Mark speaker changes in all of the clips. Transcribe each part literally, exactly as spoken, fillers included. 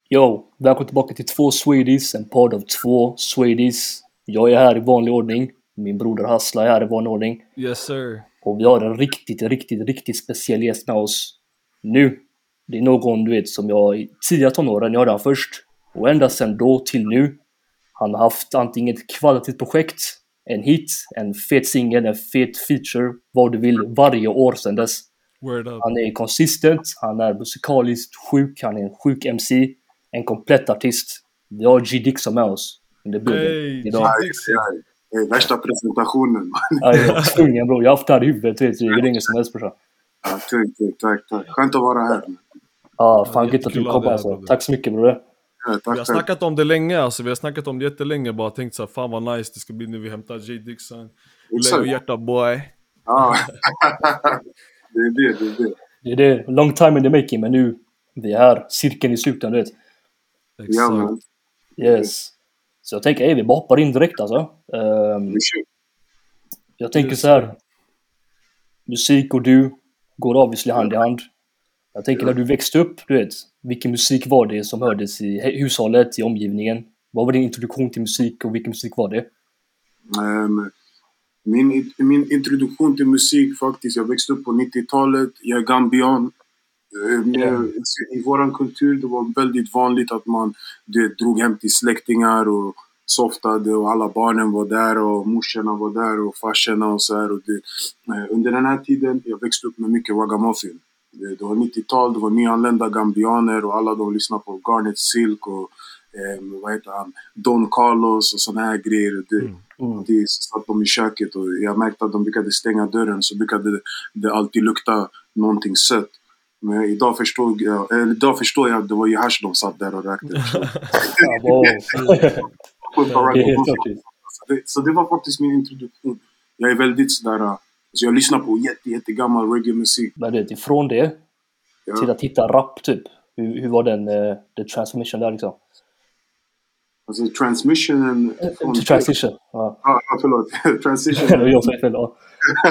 Speaker 1: Yo, välkommen tillbaka till två Swedish, en podd av två Swedish. Jag är här i vanlig ordning. Min broder Hassla är här i vanlig ordning.
Speaker 2: Yes sir.
Speaker 1: Och vi har en riktigt, riktigt, riktigt speciell gäst med oss nu. Det är någon, du vet, som jag i tidiga tonåren, jag hörde han först. Och ända sedan då till nu. Han har haft antingen ett kvalitativt projekt, en hit, en fet singel, en fet feature, vad du vill, varje år sedan dess.
Speaker 2: Word up.
Speaker 1: Han är konsistent, han är musikaliskt sjuk, han är en sjuk M C, en komplett artist. Vi har G Dixon med oss. Det blir
Speaker 2: Hey,
Speaker 1: idag.
Speaker 2: G Dixon.
Speaker 3: Det är värsta presentationen.
Speaker 1: Ja, jag är tvungen, bro. Jag har haft det här i huvudet, vet du. Det är inget som helst, brorsan.
Speaker 3: Ja, tack, tack, tack. Skönt att vara här.
Speaker 1: Ja, fan
Speaker 2: Ja,
Speaker 1: gött att du
Speaker 2: jättekul att
Speaker 1: kom
Speaker 2: ha dig här,
Speaker 1: alltså.
Speaker 2: brother.
Speaker 1: Tack så mycket, bror.
Speaker 3: Ja,
Speaker 2: Vi
Speaker 3: tack,
Speaker 2: har
Speaker 3: tack.
Speaker 2: snackat om det länge alltså, vi har snackat om det jättelänge. Bara tänkt så här, fan vad nice det ska bli när vi hämtar G Dixon.
Speaker 3: Exakt.
Speaker 2: Leo hjärta boy.
Speaker 3: Ja. Det är det, det är det.
Speaker 1: Det är det. Long time in the making, men nu vi är här. Cirkeln i sluten, du vet.
Speaker 3: Ja,
Speaker 2: Exakt.
Speaker 3: men.
Speaker 1: Yes. Så jag tänker, ey, vi bara hoppar in direkt alltså. Ehm,
Speaker 3: Vi kör.
Speaker 1: jag tänker
Speaker 2: Yes,
Speaker 1: så här.
Speaker 2: sir.
Speaker 1: Musik och du går obviously hand i hand. Jag tänker
Speaker 3: Ja.
Speaker 1: när du växte upp, du vet, vilken musik var det som hördes i he- hushållet, i omgivningen? Vad var din introduktion till musik och vilken musik var det?
Speaker 3: Ehm, min, min introduktion till musik faktiskt, jag växte upp på nittiotalet. Jag är gambian. Ehm,
Speaker 1: Ja.
Speaker 3: I våran kultur det var väldigt vanligt att man det, drog hem till släktingar och softade och alla barnen var där och morsorna var där och farsorna och så här. Och det, eh, under den här tiden jag växte upp med mycket ragamuffin. Det, det var nittiotal, det var nyanlända gambianer och alla de lyssnade på Garnet Silk och eh, vad heter han? Don Carlos och såna här grejer. Det,
Speaker 2: Mm.
Speaker 1: Mm.
Speaker 3: det satt de i köket och jag märkte att de brukade stänga dörren så brukade det, det alltid lukta någonting sött. Men idag förstår jag, eller idag förstår jag att det var ju hasch de satt där och rökte. Så,
Speaker 1: Ja, wow. Det är helt
Speaker 3: så,
Speaker 1: klart.
Speaker 3: det, så det var faktiskt min introduktion. Jag är väldigt sådär, uh, så jag lyssnar på jätte, jättegammal reggae-musik.
Speaker 1: Men du vet, ifrån det
Speaker 3: Ja.
Speaker 1: till att hitta rap typ. Hur, hur var den, uh, the transformation där liksom?
Speaker 3: Alltså transmissionen... från-
Speaker 1: Till transition. Ja.
Speaker 3: Ja, ja, förlåt.
Speaker 1: Det
Speaker 3: Transition.
Speaker 1: var jag som är fel. Ja.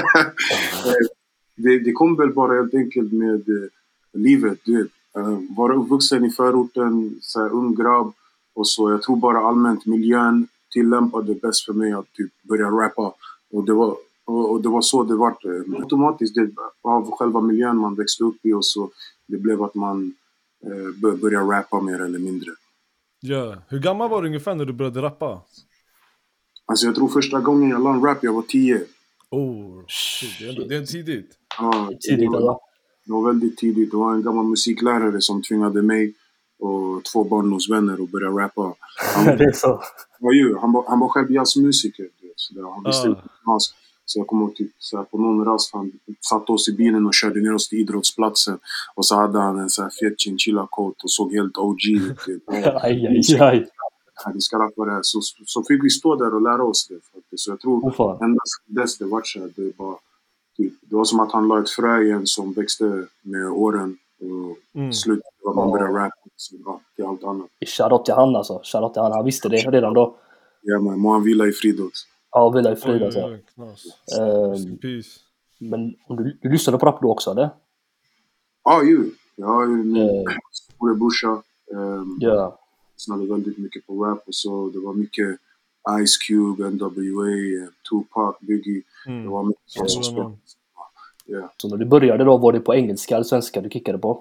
Speaker 3: det, det kom väl bara helt enkelt med eh, livet, du vet. Uh, vara uppvuxen i förorten, så här, ung grabb. Och så jag tror bara allmänt miljön tillämpade bäst för mig att typ börja rappa. Och det var, och, och det var så det var. Eh, automatiskt det, av själva miljön man växte upp i och så det blev att man eh, bör, började rappa mer eller mindre.
Speaker 2: Ja. Hur gammal var du ungefär när du började rappa?
Speaker 3: Alltså jag tror första gången jag la en rap jag var tio.
Speaker 2: Oh, shit, det är ändå- det är tidigt.
Speaker 3: Ja,
Speaker 1: Tidigt
Speaker 3: det,
Speaker 1: alltså.
Speaker 3: var, det var väldigt tidigt. Det var en gammal musiklärare som tvingade mig och två barndomsvänner att börja rappa. Han,
Speaker 1: Det är så.
Speaker 3: var ju, han, var, han var själv jazzmusiker. du vet, Så där. Han visste
Speaker 2: Ah.
Speaker 3: inte hans. Så jag kommer ihåg typ, så här, på någon rast han satte oss i bilen och körde ner oss till idrottsplatsen. Och så hade han en så här fet chinchilla-coat och såg helt O G ut. Typ.
Speaker 1: Aj, aj, aj.
Speaker 3: Ja, det ska vara det här. Så, så fick vi stå där och lära oss det. Faktiskt. Så jag tror
Speaker 1: Åh fan.
Speaker 3: ända sedan dess det var så här, det var typ, det var som att han la ett frö igen som växte med åren. Och
Speaker 2: Mm.
Speaker 3: slutet var man
Speaker 1: Ja.
Speaker 3: började rappa. Så ja, till allt annat.
Speaker 1: Shoutout till han alltså. Shoutout till han. Han visste det redan då.
Speaker 3: Ja, men må han vila i frid också.
Speaker 1: Ja, vila i
Speaker 2: Oj,
Speaker 1: frid
Speaker 2: oj,
Speaker 1: alltså.
Speaker 2: oj, knas.
Speaker 1: Ehm,
Speaker 2: Rest in peace.
Speaker 1: men om du, du lyssnade på rap då också, eller?
Speaker 3: Ja, ju. Jag har ju min
Speaker 1: Eh.
Speaker 3: storebrorsa. Um,
Speaker 1: Ja.
Speaker 3: lyssnade väldigt mycket på rap och så. Det var mycket Ice Cube, N W A, Tupac, Biggie.
Speaker 2: Mm.
Speaker 3: Det var mycket sånt som
Speaker 2: Stora
Speaker 3: spelade.
Speaker 2: namn.
Speaker 3: Ja.
Speaker 1: Så när du började då, var det på engelska eller svenska du kickade på?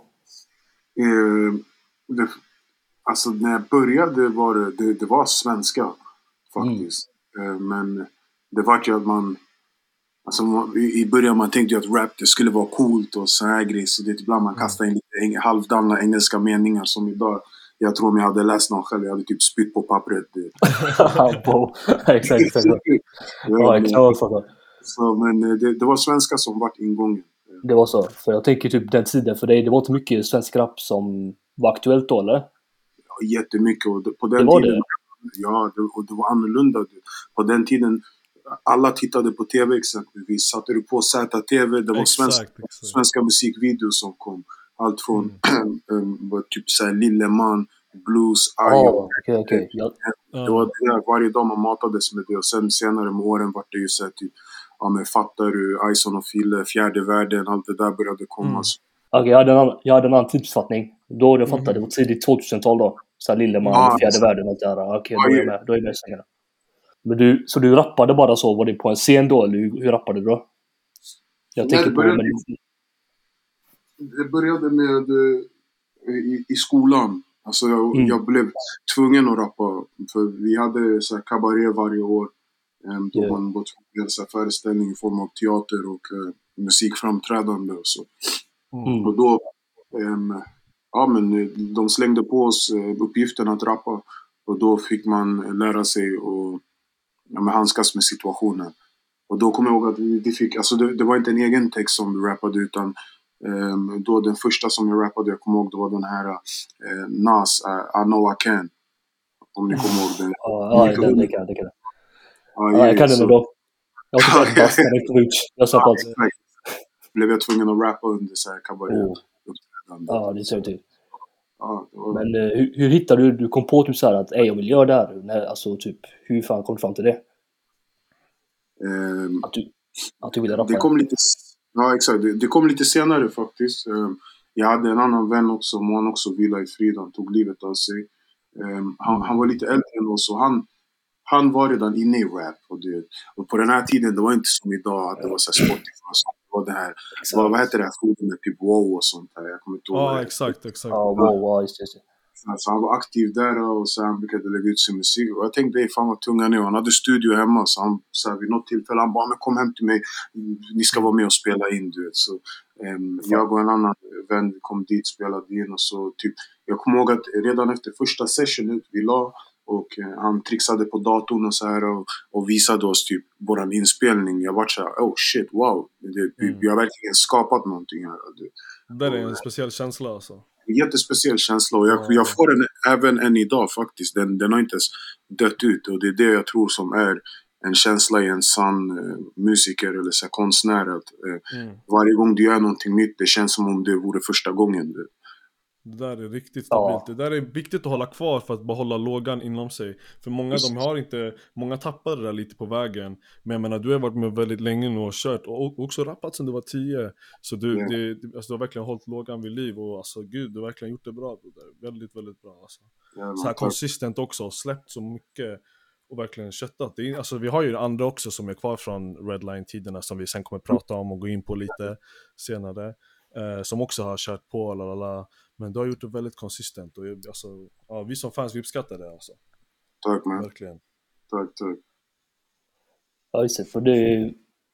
Speaker 3: Eh, det, alltså när jag började var det, det, det var svenska faktiskt. Eh, men det var ju att man, alltså man- i, i början man tänkte ju att rap det skulle vara coolt och så här grejer. Så det är ibland man kastar in lite eng, halvdana engelska meningar som idag. Jag tror om jag hade läst någon själv, jag hade typ spytt på pappret.
Speaker 1: På. Exakt, exakt. Ja,
Speaker 3: Ja, men,
Speaker 1: klart alltså.
Speaker 3: så, men eh, det, det var svenska som var ingången.
Speaker 1: Det var så. För jag tänker typ den tiden för dig, det var inte mycket svensk rap som var aktuellt då, eller?
Speaker 3: Jättemycket. Och det- på den
Speaker 1: Det var
Speaker 3: tiden,
Speaker 1: det?
Speaker 3: Ja, det, och det var annorlunda. På den tiden, alla tittade på tv exempelvis. Satte du på Z T V, det var svenska,
Speaker 2: Exakt, exakt.
Speaker 3: svenska musikvideos som kom. Allt från um, vad typ såhär Lilleman, Blues,
Speaker 1: Ja,
Speaker 3: Ayo.
Speaker 1: okej, okej. Ja,
Speaker 3: Det var det där, varje dag man matades med det. Och sen senare med åren var det ju såhär typ, ja men fattar du, Ison och Fille, Fjärde Världen, allt det där började komma.
Speaker 2: Mm.
Speaker 3: Så,
Speaker 1: Okej, jag hade en annan, jag hade en annan tidsuppfattning. Då jag fattade, det var tidigt tvåtusental då. Så här Lilleman,
Speaker 3: Ja,
Speaker 1: Fjärde
Speaker 3: exakt.
Speaker 1: världen och allt det här. Okej, då är
Speaker 3: Ja,
Speaker 1: jag med. Då är jag med i svängarna. Men du, så du rappade bara så? Var det på en scen då? Eller hur, hur rappade du då? Jag
Speaker 3: Nej,
Speaker 1: tänker
Speaker 3: det
Speaker 1: på...
Speaker 3: började,
Speaker 1: Men,
Speaker 3: det började med eh, i, i skolan. Alltså jag,
Speaker 1: Mm.
Speaker 3: jag blev tvungen att rappa. För vi hade så här kabaré varje år. em, Då
Speaker 1: Ja.
Speaker 3: man var tvungen att föreställning i form av teater och eh, musikframträdande och så.
Speaker 1: mm.
Speaker 3: Och då, em, ja men eh, de slängde på oss eh, uppgiften att rappa. Och då fick man lära sig att ja, men handskas med situationen. Och då kommer jag ihåg att vi, vi fick, alltså det, det var inte en egen text som vi rappade utan um, då den första som jag rappade, jag kommer ihåg, det var den här uh, Nas, uh, I know I can. Om ni kommer ihåg den.
Speaker 1: Ja, ja det, det kan jag. Det kan jag.
Speaker 3: Ah,
Speaker 1: Ja,
Speaker 3: yeah,
Speaker 1: jag kan den
Speaker 3: så-
Speaker 1: ändå. Jag har inte sett bast när det kom ut. Jag sa
Speaker 3: Ja,
Speaker 1: på allt.
Speaker 3: exakt. Blev jag tvungen att rappa under så här kabaré.
Speaker 1: Oh.
Speaker 3: uppträdande.
Speaker 1: Ja, det ser ut.
Speaker 3: Ja, det var,
Speaker 1: Men eh, hur, hur hittade du, du kom på typ så här att ej, jag vill göra det här? När, alltså typ, hur fan kom du fram till det?
Speaker 3: ehm,
Speaker 1: Att du, att du ville rappa?
Speaker 3: Det kom lite, ja exakt, det, det kom lite senare faktiskt. Ehm, Jag hade en annan vän också, och han också vila i frid, han tog livet av sig. Ehm, Han, han var lite äldre än oss och han, han var redan inne i rap. Och, det, och på den här tiden, det var inte som idag att det var så här Spotify och sånt. Det var det här, vad, vad heter det här forumet, typ wow och sånt där. Jag kommer inte ihåg vad
Speaker 2: Ja,
Speaker 3: det
Speaker 2: exakt, exakt.
Speaker 1: Ja, wow, wow, just det. Just det.
Speaker 3: Så han var aktiv där och så han brukade lägga ut sin musik. Och jag tänkte, ej, fan vad tunga nu. Han hade studio hemma så han så här, vid något tillfälle, han bara, men kom hem till mig. Ni ska vara med och spela in, du vet. Så um, jag och en annan vän kom dit, spelade in och så typ. Jag kommer ihåg att redan efter första sessionen vi la och uh, han trixade på datorn och så här och, och visade oss typ våran inspelning. Jag var så här, oh shit, wow. Det, vi,
Speaker 2: Mm.
Speaker 3: vi har verkligen skapat någonting här. Du.
Speaker 2: Det är en speciell känsla alltså.
Speaker 3: En jättespeciell känsla och jag,
Speaker 2: Ja.
Speaker 3: jag får den även än idag faktiskt. Den, den har inte ens dött ut och det är det jag tror som är en känsla i en sann eh, musiker eller så här, konstnär. Att, eh,
Speaker 2: Mm.
Speaker 3: varje gång du gör någonting nytt, det känns som om det vore första gången. Du.
Speaker 2: Det där är riktigt
Speaker 1: Ja.
Speaker 2: stabilt. Det där är viktigt att hålla kvar för att behålla lågan inom sig. För många, de har inte, många tappar det där lite på vägen. Men jag menar, du har varit med väldigt länge nu och kört och också rappat sedan du var tio. Så du,
Speaker 3: Ja.
Speaker 2: det, alltså, du har verkligen hållit lågan vid liv och alltså gud, du har verkligen gjort det bra. Det där. Väldigt, väldigt bra alltså.
Speaker 3: Ja, man,
Speaker 2: Så här
Speaker 3: tack.
Speaker 2: konsistent också, släppt så mycket och verkligen köttat. Det är, alltså, vi har ju andra också som är kvar från Redline-tiderna som vi sen kommer prata om och gå in på lite senare. Eh, som också har kört på, lalala. Men du har gjort det väldigt konsistent och alltså, ja, vi som fans, vi uppskattar det alltså.
Speaker 3: Tack man,
Speaker 2: Verkligen.
Speaker 3: tack, tack.
Speaker 1: Ja, just det. För det är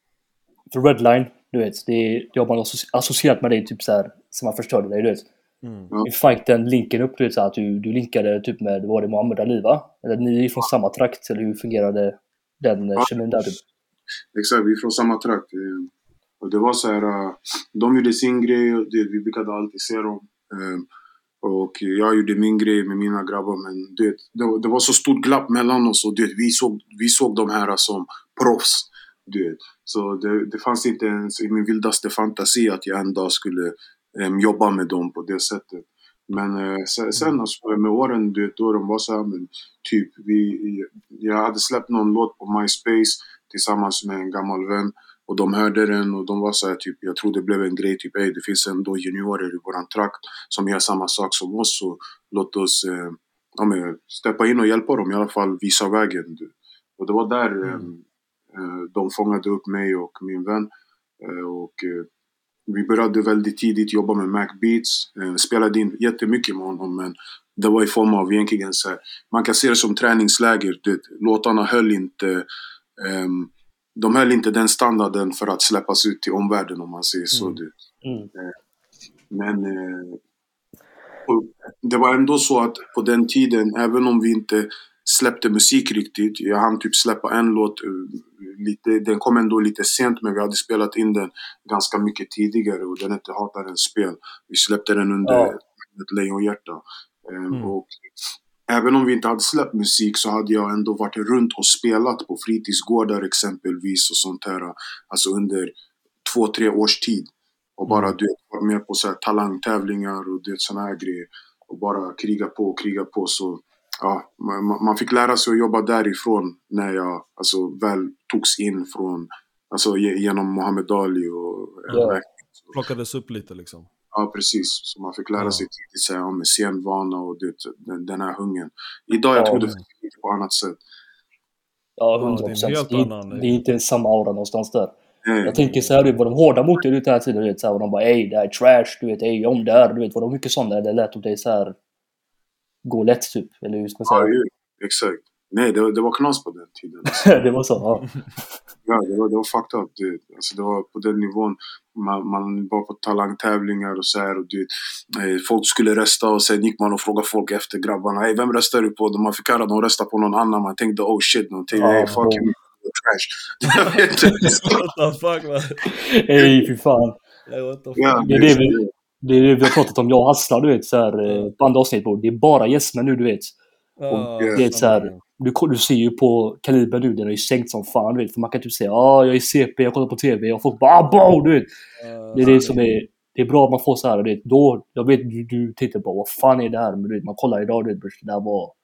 Speaker 1: för Redline, du vet, det, det har man associ- associerat med dig typ så här, som man förstörde dig, du vet.
Speaker 2: Mm.
Speaker 3: Ja.
Speaker 1: I fighten, linken upp, du vet så här, att du, du linkade typ med, var det Muhammad Ali, va? Eller ni är från samma trakt, eller hur fungerade den
Speaker 3: Ja.
Speaker 1: kemin där typ?
Speaker 3: Exakt, vi är från samma trakt. eh, Och det var så här, uh, de gjorde sin grej och det, vi brukade alltid se dem. Um, och jag gjorde min grej med mina grabbar, men det, det, det var så stort glapp mellan oss och det, vi, såg, vi såg de här som proffs. Det. Så det, det fanns inte ens i min vildaste fantasi att jag en dag skulle um, jobba med dem på det sättet. Men uh, sen, sen alltså, med åren, det, då de var så här, men typ, vi, jag hade släppt någon låt på MySpace tillsammans med en gammal vän. Och de hörde den och de var så här, typ, jag tror det blev en grej, typ, ey, det finns ändå juniorer i våran trakt som gör samma sak som oss, så låt oss eh, ja, men, steppa in och hjälpa dem, i alla fall visa vägen. Du. Och det var där
Speaker 2: Mm.
Speaker 3: eh, de fångade upp mig och min vän. Eh, och eh, vi började väldigt tidigt jobba med Mac Beats, eh, spelade in jättemycket med honom, men det var i form av egentligen så här, man kan se det som träningsläger. Det, låtarna höll inte ehm, de höll inte den standarden för att släppas ut till omvärlden, om man säger så.
Speaker 2: Mm.
Speaker 3: Du.
Speaker 1: Mm.
Speaker 3: Men eh, och det var ändå så att på den tiden, även om vi inte släppte musik riktigt, jag hann typ släppa en låt, eh, lite, den kom ändå lite sent, men vi hade spelat in den ganska mycket tidigare och den hette Hatarens spel. Vi släppte den under
Speaker 1: Ja.
Speaker 3: ett lejonhjärta. Eh,
Speaker 2: Mm.
Speaker 3: och även om vi inte hade släppt musik så hade jag ändå varit runt och spelat på fritidsgårdar exempelvis och sånt här. Alltså under två, tre års tid. Och bara
Speaker 2: Mm.
Speaker 3: du vet, var med på så här talangtävlingar och det, såna här grejer. Och bara kriga på och kriga på. Så ja, man, man fick lära sig att jobba därifrån när jag alltså, väl togs in från, alltså genom Muhammad Ali och
Speaker 1: Ja.
Speaker 2: Plockades upp lite liksom.
Speaker 3: Ja, precis. Så man fick lära
Speaker 2: Ja.
Speaker 3: sig tidigt så här, om scenvana och det, den, den här hungern. Idag jag
Speaker 1: Ja.
Speaker 3: tror det funkar på annat sätt.
Speaker 1: Ja,
Speaker 2: Ja,
Speaker 1: hundra
Speaker 2: det är en
Speaker 1: procent.
Speaker 2: helt
Speaker 1: Det, är
Speaker 2: annan-
Speaker 1: inte- det är inte ens samma aura någonstans där.
Speaker 3: Nej.
Speaker 1: Jag tänker så här, du, var de hårda mot dig den här tiden, du vet, så här, och de bara ej, det här är trash, du vet, ej, om det här, du vet, var de mycket sådana, eller lät de dig så här gå lätt typ, eller hur ska man
Speaker 3: Ja,
Speaker 1: säga?
Speaker 3: ju, exakt. Nej, det, det var knas på den tiden. Alltså.
Speaker 1: Det var så, ja.
Speaker 3: Ja, det var, det var fucked up. Det, alltså, det var på den nivån. Man, man var på talangtävlingar och så här. Och det, eh, folk skulle rösta och sen gick man och frågade folk efter grabbarna. Hey, vem röstar du på? De man fick höra att de röstade på någon annan. Man tänkte, oh shit. De tänkte,
Speaker 1: Ja,
Speaker 3: hey, fuck
Speaker 1: ja.
Speaker 3: you. Trash. Jag vet inte.
Speaker 2: What the fuck, man?
Speaker 1: Ej, fy fan.
Speaker 2: Hey, what the fuck?
Speaker 3: Ja,
Speaker 1: Det är det vi, det är det vi har pratat om, jag och Hassla, du vet, så här, eh, på andra avsnitt, bro. Det är bara yes men nu, du vet.
Speaker 2: Ja,
Speaker 1: Det är så här, du, du ser ju på Kaliber nu, den är ju sänkt som fan, du vet. För man kan typ säga, ja, ah, jag är C P, jag kollar på T V, och folk bara, ah, bro, du vet.
Speaker 2: Ja,
Speaker 1: Det är det som är, det är bra att man får så här, du vet. Då, jag vet, du, du tittar på, vad fan är det här? Men du vet, man kollar idag, du vet, det där var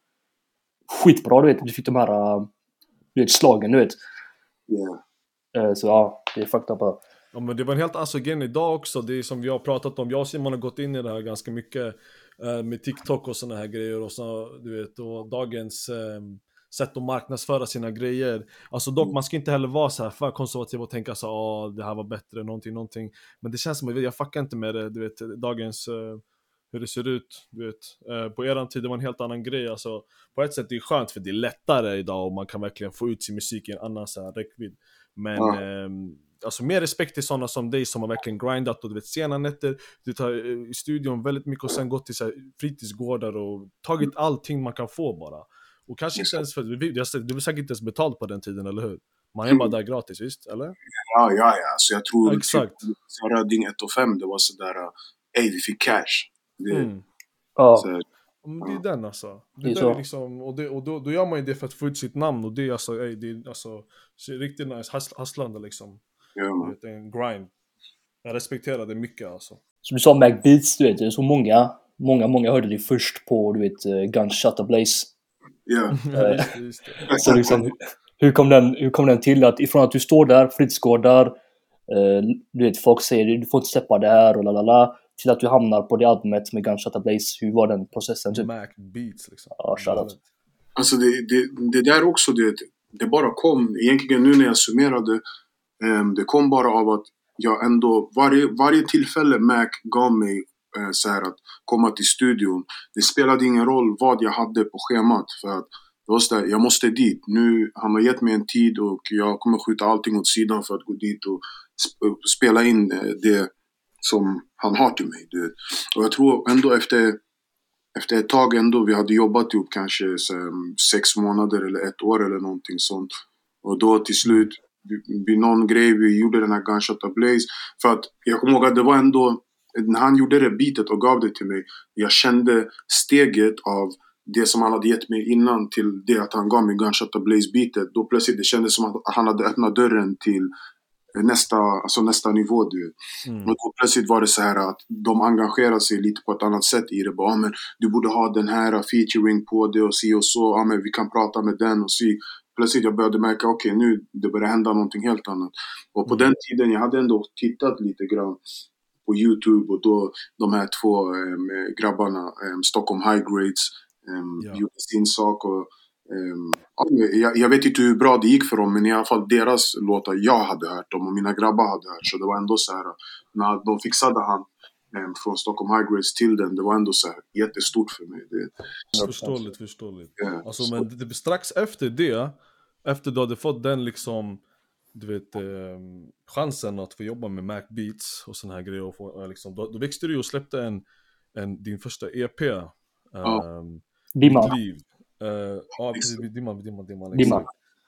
Speaker 1: skitbra, du vet. Du fick de här, uh, du vet, slagen, du vet.
Speaker 3: Yeah.
Speaker 1: Uh, så ja, det är fucked up. Uh.
Speaker 2: Ja, men det var en helt alltså igen idag också, det är som vi har pratat om, jag och Simon har gått in i det här ganska mycket eh, med TikTok och såna här grejer och så, du vet, och dagens eh, sätt att marknadsföra sina grejer. Alltså dock, man ska inte heller vara så här för konservativ och tänka så ja, ah, det här var bättre, någonting, någonting. Men det känns som att jag fuckar inte med det, du vet, dagens, eh, hur det ser ut, du vet. Eh, på eran tid det var en helt annan grej, alltså på ett sätt det är skönt för det är lättare idag och man kan verkligen få ut sin musik i en annan så här räckvidd. Men
Speaker 3: Ja.
Speaker 2: eh, alltså mer respekt till sådana som dig som har verkligen grindat och du vet sena nätter, du tar i studion väldigt mycket och sen gått till så här, fritidsgårdar och tagit allting man kan få bara. Och kanske inte ens för, du vill säkert inte ens betalt på den tiden, eller hur? Man är bara där gratis, visst? Eller?
Speaker 3: Ja, ja, ja. Så jag tror
Speaker 2: Ja, exakt.
Speaker 3: typ, Röding ett och fem, det var sådär, ej, vi fick cash. Det,
Speaker 2: Mm.
Speaker 1: Ja.
Speaker 3: så här,
Speaker 2: Men det är den alltså. Det,
Speaker 1: Det är
Speaker 2: där
Speaker 1: så.
Speaker 2: är liksom, och det, och då, då gör man ju det för att få ut sitt namn och det är alltså, ey, det är alltså så riktigt nice hus- hustlande liksom.
Speaker 3: ja,
Speaker 2: Du
Speaker 3: man.
Speaker 2: vet, det är en grind. Jag respekterar det mycket alltså.
Speaker 1: Som du sa, Mac Beats, du vet, det är så många, många, många hörde det först på, du vet, uh, Gunshot Ablaze.
Speaker 3: Ja.
Speaker 2: just det, just det.
Speaker 1: Så liksom, hur- hur kom den, hur kom den till att ifrån att du står där, fritidsgårdar, eh, du vet, folk säger du får inte släppa det här och lalala, till att du hamnar på det albumet med Gunshot Ablaze. Hur var den processen typ?
Speaker 2: Mac Beats liksom.
Speaker 1: Ja, shoutout.
Speaker 3: Alltså det, det, det där också, det, det bara kom, egentligen nu när jag summerade, ehm, det kom bara av att jag ändå, varje, varje tillfälle Mac gav mig eh, så här att komma till studion, det spelade ingen roll vad jag hade på schemat, för att det var så där, jag måste dit. Nu han har gett mig en tid och jag kommer skjuta allting åt sidan för att gå dit och sp- spela in eh, det som han har till mig. Du vet. Och jag tror ändå efter Efter ett tag ändå, vi hade jobbat ihop kanske så, um, sex månader eller ett år eller någonting sånt. Och då till slut, vid någon grej, vi gjorde den här Gunshot Ablaze. För att jag kommer ihåg att det var ändå, när han gjorde det bitet och gav det till mig, jag kände steget av det som han hade gett mig innan till det att han gav mig Gunshot Ablaze bitet. Då plötsligt det kändes som att han hade öppnat dörren till nästa, alltså nästa nivå, du.
Speaker 2: Mm.
Speaker 3: Och då plötsligt var det så här att de engagerade sig lite på ett annat sätt i det. Bara, ah, men du borde ha den här featuring på det och si och så. Ah, men vi kan prata med den och si. Plötsligt jag började märka, okej okay, nu det börjar hända någonting helt annat. Och på
Speaker 2: Mm.
Speaker 3: den tiden, jag hade ändå tittat lite grann på YouTube. Och då de här två um, grabbarna, um, Stockholm High Grades, um,
Speaker 2: Ja.
Speaker 3: gjorde sin sak. Och Um, jag, jag vet inte hur bra det gick för dem, men i alla fall deras låtar jag hade hört dem och mina grabbar hade hört, så det var ändå så här när de fixade han um, från Stockholm High Grades till den, det var ändå så här jättestort för mig. Det,
Speaker 2: Förståeligt, förståeligt.
Speaker 3: ja,
Speaker 2: Alltså
Speaker 3: så,
Speaker 2: men det, strax efter det, efter du hade fått den liksom, du vet, eh, chansen att få jobba med Mac Beats och såna här grejer och få, eh, liksom, då, då växte du och släppte en, en, din första E P. Eh,
Speaker 3: Ja.
Speaker 1: Dimma.
Speaker 2: Mitt liv. Uh, ja, precis, Dimma, Dimma, Dimma.
Speaker 1: Dimma.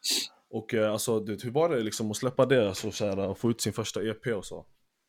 Speaker 2: Och uh, alltså, det, hur var det liksom att släppa det, alltså, så här, och få ut sin första E P och så?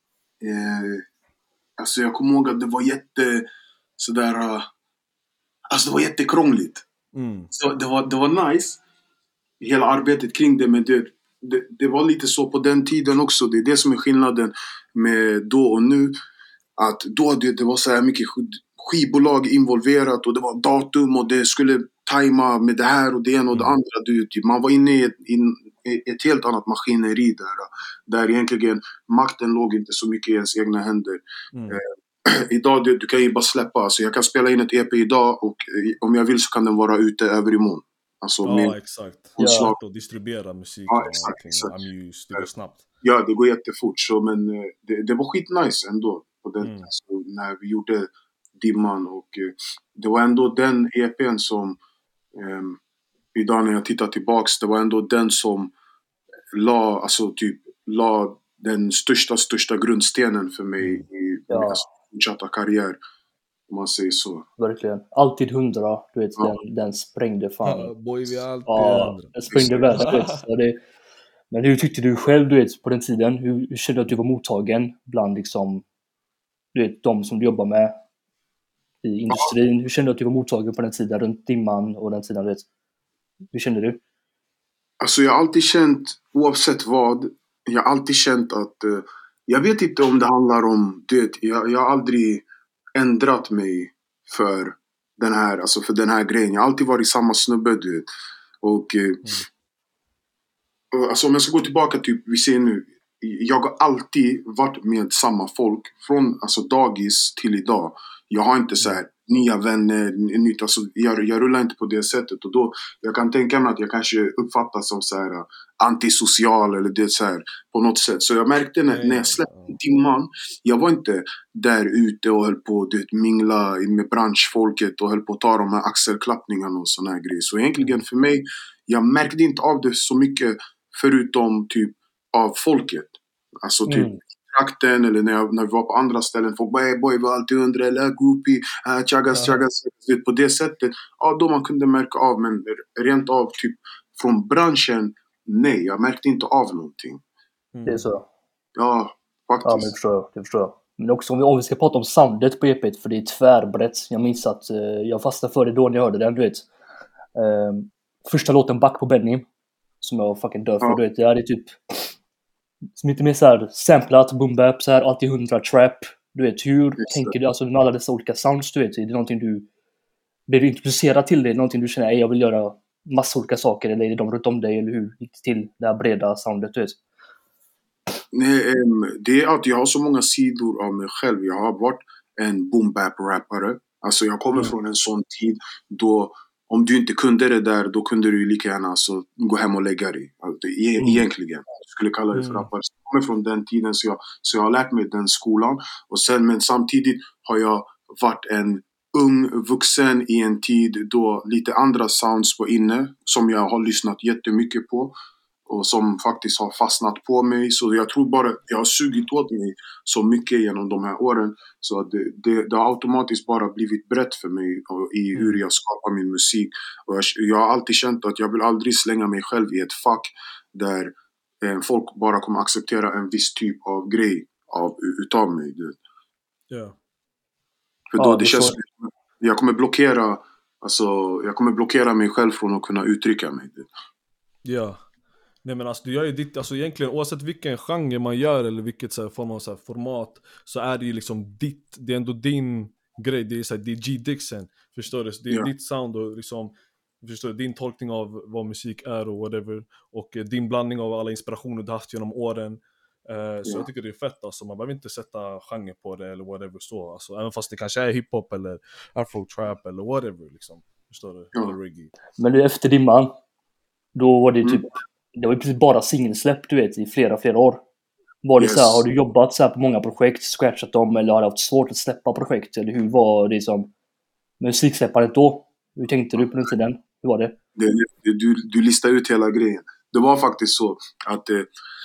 Speaker 3: eh, alltså jag kommer ihåg att det var jätte sådär, uh, alltså det var jättekrångligt.
Speaker 2: Mm.
Speaker 3: Så det var, det var nice, hela arbetet kring det, men det, det, det var lite så på den tiden också. Det är det som är skillnaden med då och nu. Att då det, det var så här mycket skivbolag involverat och det var datum och det skulle tajma med det här och det ena och det andra. Du, man var inne i ett, in, ett helt annat maskineri där. Där egentligen makten låg inte så mycket i ens egna händer.
Speaker 2: Mm.
Speaker 3: Eh, idag, du, du kan ju bara släppa. Alltså, jag kan spela in ett E P idag och eh, om jag vill så kan den vara ute över imorgon. Alltså
Speaker 2: Ja,
Speaker 3: med
Speaker 2: exakt.
Speaker 3: omslag.
Speaker 2: Lätt att distribuera musiken
Speaker 3: Ja,
Speaker 2: och
Speaker 3: exakt,
Speaker 2: allting.
Speaker 3: exakt.
Speaker 2: Amuse, det går snabbt.
Speaker 3: Ja, det går jättefort. Så, men eh, det, det var skitnice ändå. På den,
Speaker 2: Mm.
Speaker 3: alltså, när vi gjorde Dimman. Och eh, det var ändå den E P:n som, ehm, idag när jag tittar tillbaks, det var ändå den som la, alltså typ, la den största, största grundstenen för mig
Speaker 2: Mm.
Speaker 3: i
Speaker 1: Ja.
Speaker 3: alltså, fortsatta karriär. Om man säger så.
Speaker 1: Verkligen. Alltid hundra, du vet,
Speaker 3: Ja.
Speaker 1: den, den sprängde fan.
Speaker 2: Boy, vi är alltid
Speaker 1: Ja,
Speaker 2: ändra.
Speaker 1: den sprängde världen, du vet. Så det, men hur tyckte du själv, du vet, på den tiden? Hur, hur kände du att du var mottagen bland liksom, du vet, de som du jobbar med i industrin? Hur kände du att du var mottagen på den tiden, runt Dimman och den tiden, du vet? Hur kände du?
Speaker 3: Alltså jag har alltid känt, oavsett vad, jag har alltid känt att, eh, jag vet inte om det handlar om, du vet, jag, jag har aldrig ändrat mig för den här, alltså för den här grejen. Jag har alltid varit samma snubbe, du vet. Och, eh,
Speaker 2: Mm.
Speaker 3: och alltså om jag ska gå tillbaka, typ, vi ser nu, jag har alltid varit med samma folk, från alltså dagis till idag. Jag har inte så här nya vänner, nytt, alltså, jag, jag rullar inte på det sättet. Och då, jag kan tänka mig att jag kanske uppfattas som så här, uh, antisocial eller det så här, på något sätt. Så jag märkte när,
Speaker 2: Nej,
Speaker 3: när jag släppte Dimman, jag var inte där ute och höll på att mingla med branschfolket och höll på att ta de här axelklappningarna och såna här grejer. Så egentligen för mig, jag märkte inte av det så mycket förutom typ av folket. Alltså typ
Speaker 1: Mm.
Speaker 3: trakten eller när, jag, när vi var på andra ställen. Folk bara, hey boy, var alltid undra, eller groupie, uh, chagas,
Speaker 2: Ja.
Speaker 3: chagas. På det sättet, ja då man kunde märka av, men rent av typ från branschen, nej, jag märkte inte av någonting.
Speaker 2: Mm.
Speaker 1: Det är så.
Speaker 3: Ja,
Speaker 1: Ja, men det
Speaker 3: faktiskt.
Speaker 1: förstår jag. Det förstår jag. Men också om vi, om vi ska prata om soundet på E P, för det är tvärbrett. Jag minns att eh, jag fastnade för det då när jag hörde den, du vet. Eh, första låten, Back på Benny, som jag fucking dör för,
Speaker 3: Ja.
Speaker 1: du vet. Det är typ som inte mer såhär samplat, boom bap, såhär alltid hundra trap. Du vet, hur
Speaker 3: Just
Speaker 1: tänker du, alltså med alla dessa olika sounds, du vet, är det någonting du blir du introducerad till det? Någonting du känner, "Ey, jag vill göra massa olika saker", eller är det de runt om dig, eller hur gick det till det här breda soundet, du vet?
Speaker 3: Nej, em, det är att jag har så många sidor av mig själv. Jag har varit en boom bap rappare. Alltså jag kommer
Speaker 1: Mm.
Speaker 3: från en sån tid då om du inte kunde det där, då kunde du ju lika gärna alltså, gå hem och lägga dig. Alltså, e-
Speaker 1: Mm.
Speaker 3: egentligen. Jag skulle kalla det för
Speaker 2: Mm.
Speaker 3: rappare. Så jag kommer från den tiden, så jag, så jag har lärt mig den skolan. Och sen, men samtidigt har jag varit en ung vuxen i en tid då lite andra sounds var inne, som jag har lyssnat jättemycket på. Och som faktiskt har fastnat på mig. Så jag tror bara jag har sugit åt mig så mycket genom de här åren. Så att det, det, det har automatiskt bara blivit brett för mig och i hur
Speaker 2: Mm.
Speaker 3: jag skapar min musik. Och jag, jag har alltid känt att jag vill aldrig slänga mig själv i ett fack där eh, folk bara kommer acceptera en viss typ av grej av, utav mig. Du.
Speaker 2: Ja.
Speaker 3: För
Speaker 1: Ja,
Speaker 3: då
Speaker 1: det
Speaker 3: det
Speaker 1: är
Speaker 3: känns
Speaker 1: så.
Speaker 3: som att jag kommer blockera, alltså, jag kommer blockera mig själv från att kunna uttrycka mig. Du.
Speaker 2: Ja. Nej men alltså du gör ju ditt, alltså egentligen oavsett vilken genre man gör eller vilket så här, form av så här, format, så är det ju liksom ditt, det är ändå din grej, det är så här, det är G Dixon, förstår du? Så det är
Speaker 3: Ja.
Speaker 2: ditt sound och liksom, förstår du, din tolkning av vad musik är och whatever, och eh, din blandning av alla inspirationer du haft genom åren. Eh, så
Speaker 3: Ja.
Speaker 2: jag tycker det är fett alltså, man behöver inte sätta genre på det eller whatever så, alltså, även fast det kanske är hiphop eller afro-trap eller whatever liksom, förstår du?
Speaker 3: Ja.
Speaker 2: Eller reggae.
Speaker 1: Men nu efter Dimman, då var det
Speaker 3: Mm.
Speaker 1: typ, det var ju precis bara singelsläpp, du vet, i flera, flera år. Var det
Speaker 3: Yes.
Speaker 1: så här, har du jobbat så här på många projekt, scratchat dem, eller har du haft svårt att släppa projekt? Eller hur var det som musiksläppandet då? Hur tänkte du på den tiden? Hur var det?
Speaker 3: Det, det, du, du listar ut hela grejen. Det var faktiskt så att eh,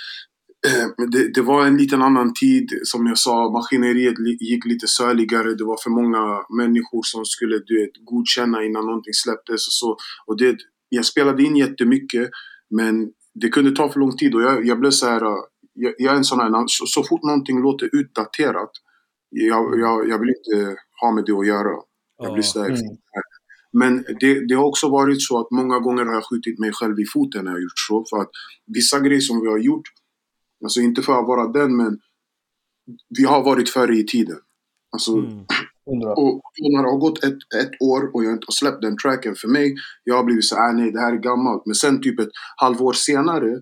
Speaker 3: det, det var en liten annan tid. Som jag sa, maskineriet li, gick lite söligare. Det var för många människor som skulle du vet, godkänna innan någonting släpptes. Och, så. Och det, jag spelade in jättemycket, men det kunde ta för lång tid. Och jag, jag blev så här, jag, jag är en sån här, så, så fort någonting låter utdaterat, jag, jag, jag vill inte ha med det att göra. Jag blir så här,
Speaker 1: Mm.
Speaker 3: men det, det har också varit så att många gånger har jag skjutit mig själv i foten när jag har gjort så. För att vissa grejer som vi har gjort, alltså inte för att vara den, men vi har varit före i tiden. Alltså,
Speaker 2: Mm.
Speaker 1: Undrar.
Speaker 3: och när det har gått ett, ett år och jag inte har släppt den tracken för mig, jag har blivit så här, nej det här är gammalt. Men sen typ ett halvår senare,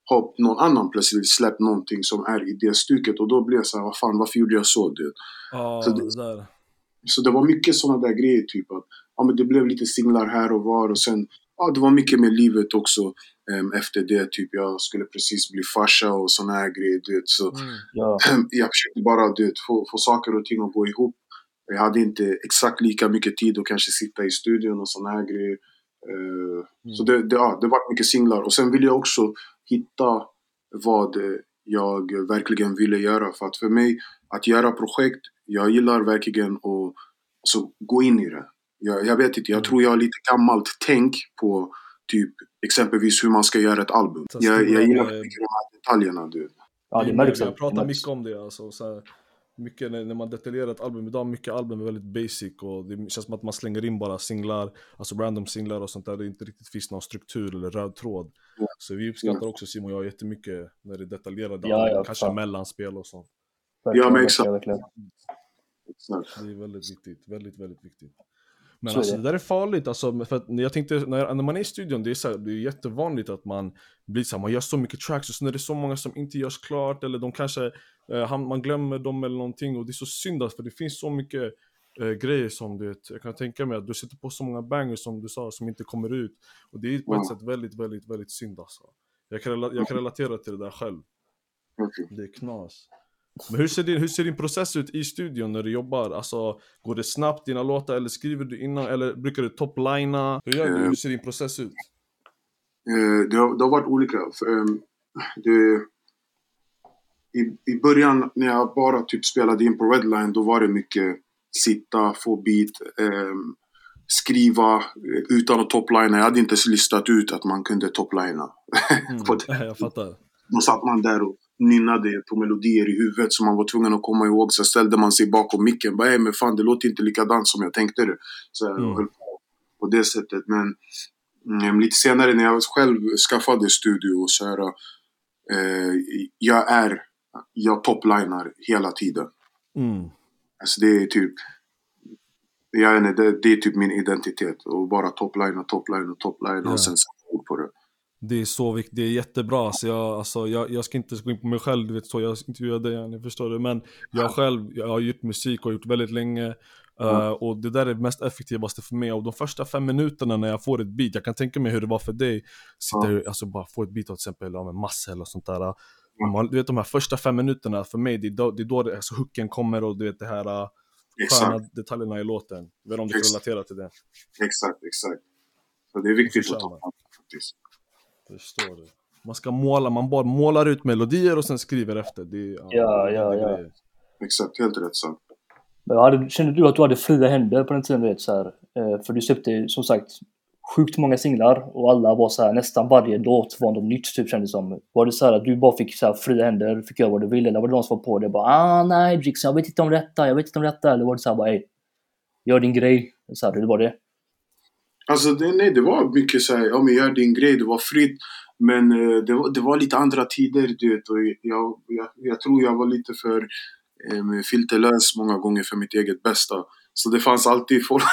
Speaker 3: har någon annan plötsligt släppt någonting som är i det stycket. Och då blir jag så här, vad fan, varför gjorde jag så? Du?
Speaker 2: Ja,
Speaker 3: så, det,
Speaker 2: det där.
Speaker 3: så det var mycket sådana där grejer, typ att ja, men det blev lite singlar här och var. Och sen, ja, det var mycket med livet också. Um, efter det, typ jag skulle precis bli farsa och såna här grejer, du vet. Så
Speaker 2: Mm.
Speaker 1: Ja.
Speaker 3: jag försökte bara, du vet, få, få saker och ting att gå ihop. Jag hade inte exakt lika mycket tid att kanske sitta i studion och såna här grejer. Uh,
Speaker 2: Mm.
Speaker 3: Så det, det, ja, det var mycket singlar. Och sen ville jag också hitta vad jag verkligen ville göra. För att för mig, att göra projekt, jag gillar verkligen att alltså, gå in i det. Jag, jag vet inte, jag tror jag har lite gammalt tänk på typ exempelvis hur man ska göra ett album.
Speaker 2: Så
Speaker 3: Jag,
Speaker 2: stora
Speaker 3: jag gillar
Speaker 2: med-
Speaker 3: mycket de här detaljerna, du.
Speaker 1: Ja, det
Speaker 2: är
Speaker 1: märks.
Speaker 2: med, Jag
Speaker 1: det
Speaker 2: pratar
Speaker 1: märks.
Speaker 2: mycket om det alltså, så här, mycket när, när man detaljerar ett album idag, mycket album är väldigt basic och det känns som att man slänger in bara singlar, alltså random singlar och sånt där det inte riktigt finns någon struktur eller röd tråd.
Speaker 3: Ja.
Speaker 2: Så vi uppskattar också, Simon och jag, jättemycket när det är detaljerade
Speaker 1: Ja,
Speaker 2: album,
Speaker 1: ja,
Speaker 2: kanske
Speaker 1: fan.
Speaker 2: mellanspel och sånt.
Speaker 1: Verkligen,
Speaker 3: Ja, men exakt.
Speaker 1: verkligen, verkligen.
Speaker 3: Exakt.
Speaker 2: Det är väldigt viktigt, väldigt, väldigt viktigt. Men
Speaker 1: Så är
Speaker 2: alltså
Speaker 1: det.
Speaker 2: det där är farligt, alltså, för att när jag tänkte, när, när man är i studion, det är, så här, det är jättevanligt att man blir så här, man gör så mycket tracks och sen är det så många som inte görs klart, eller de kanske, eh, han- man glömmer dem eller någonting, och det är så synd alltså, för det finns så mycket eh, grejer som du vet, jag kan tänka mig att du sätter på så många bangers som du sa, som inte kommer ut, och det är på ett
Speaker 3: Ja.
Speaker 2: sätt väldigt, väldigt, väldigt synd alltså. Jag kan, rela- jag kan relatera till det där själv,
Speaker 3: Okej.
Speaker 2: det är knas. Men hur ser, din, hur ser din process ut i studion när du jobbar? Alltså, går det snabbt dina låtar eller skriver du innan? Eller brukar du toplina? Hur gör du?
Speaker 3: Eh.
Speaker 2: Hur ser din process ut?
Speaker 3: Eh, det, har, det har varit olika. För, ehm, det, i, I början när jag bara typ spelade in på Redline, då var det mycket sitta, få beat, ehm, skriva eh, utan att toplina. Jag hade inte ens listat ut att man kunde toplina.
Speaker 2: Mm.
Speaker 3: På det.
Speaker 2: Jag fattar.
Speaker 3: Då satt man där och nynnade på melodier i huvudet som man var tvungen att komma ihåg. Så ställde man sig bakom micken. Bara, men fan, det låter inte likadant som jag tänkte det. Så jag
Speaker 2: Mm.
Speaker 3: höll på på det sättet. Men mm, lite senare när jag själv skaffade studio och så här, eh, jag är, jag toplinar hela tiden.
Speaker 2: Mm.
Speaker 3: Alltså det är typ, jag vet inte, det, det är typ min identitet. Och bara toplina, toplina, toplina
Speaker 2: Ja.
Speaker 3: och sen sätta ord på det.
Speaker 2: Det är så viktigt, det är jättebra. Så jag, alltså, jag, jag ska inte gå in på mig själv, du vet, så jag intervjuar dig, ni förstår det. Men jag själv, jag har gjort musik och gjort väldigt länge. Uh, och det där är det mest effektivaste för mig. Och de första fem minuterna när jag får ett beat, jag kan tänka mig hur det var för dig. Sitta,
Speaker 3: Ja.
Speaker 2: alltså bara få ett beat till exempel av en massa eller sånt där. Och man, du vet de här första fem minuterna för mig, det är då det, är då det alltså, hooken kommer och du vet det här uh, sköna
Speaker 3: Exakt,
Speaker 2: detaljerna i låten. Jag vet inte om du kan
Speaker 3: Exakt.
Speaker 2: relatera till det.
Speaker 3: exakt, exakt. Så det är viktigt
Speaker 2: Så
Speaker 3: att
Speaker 2: kör
Speaker 3: ta
Speaker 2: man.
Speaker 3: faktiskt.
Speaker 2: Förstår du. Man ska måla, man bara målar ut melodier och sen skriver efter. Det är,
Speaker 1: Ja,
Speaker 2: det är
Speaker 1: ja,
Speaker 2: det
Speaker 1: ja.
Speaker 2: grejer.
Speaker 3: Exakt, helt rätt sant.
Speaker 1: Men hade, kände du att du hade fria händer på den tiden? Du vet, så här, eh, för du släppte som sagt sjukt många singlar och alla var så här, nästan varje låt var något nytt typ, kändes som. Var det så här att du bara fick så här, fria händer, fick göra vad du ville, eller var det någon som var på det bara ah nej Drix, jag vet inte om detta, jag vet inte om detta, eller var det så här bara ey, gör din grej, så här, det var det?
Speaker 3: Alltså det, nej, det var mycket så här, ja men gör din grej, det var fritt. Men eh, det, var, det var lite andra tider, du vet. Och jag, jag, jag tror jag var lite för eh, filterlös många gånger för mitt eget bästa. Så det fanns alltid folk.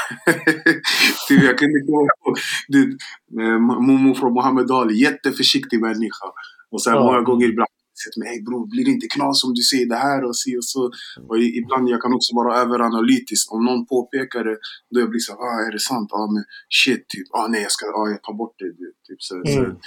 Speaker 3: Typ, jag kunde komma ihåg, du, eh, Momo från Muhammad Ali, jätteförsiktig människa. Och sen
Speaker 1: Ja.
Speaker 3: många gånger ibland säger men hej bror, blir det inte knas om du säger det här och så och så. Och i- ibland jag kan också vara överanalytisk. Om någon påpekar det, då jag blir så ah är det sant? Ja men shit typ, ah nej jag ska, ah jag tar bort det. Typ, så, så,
Speaker 1: Mm.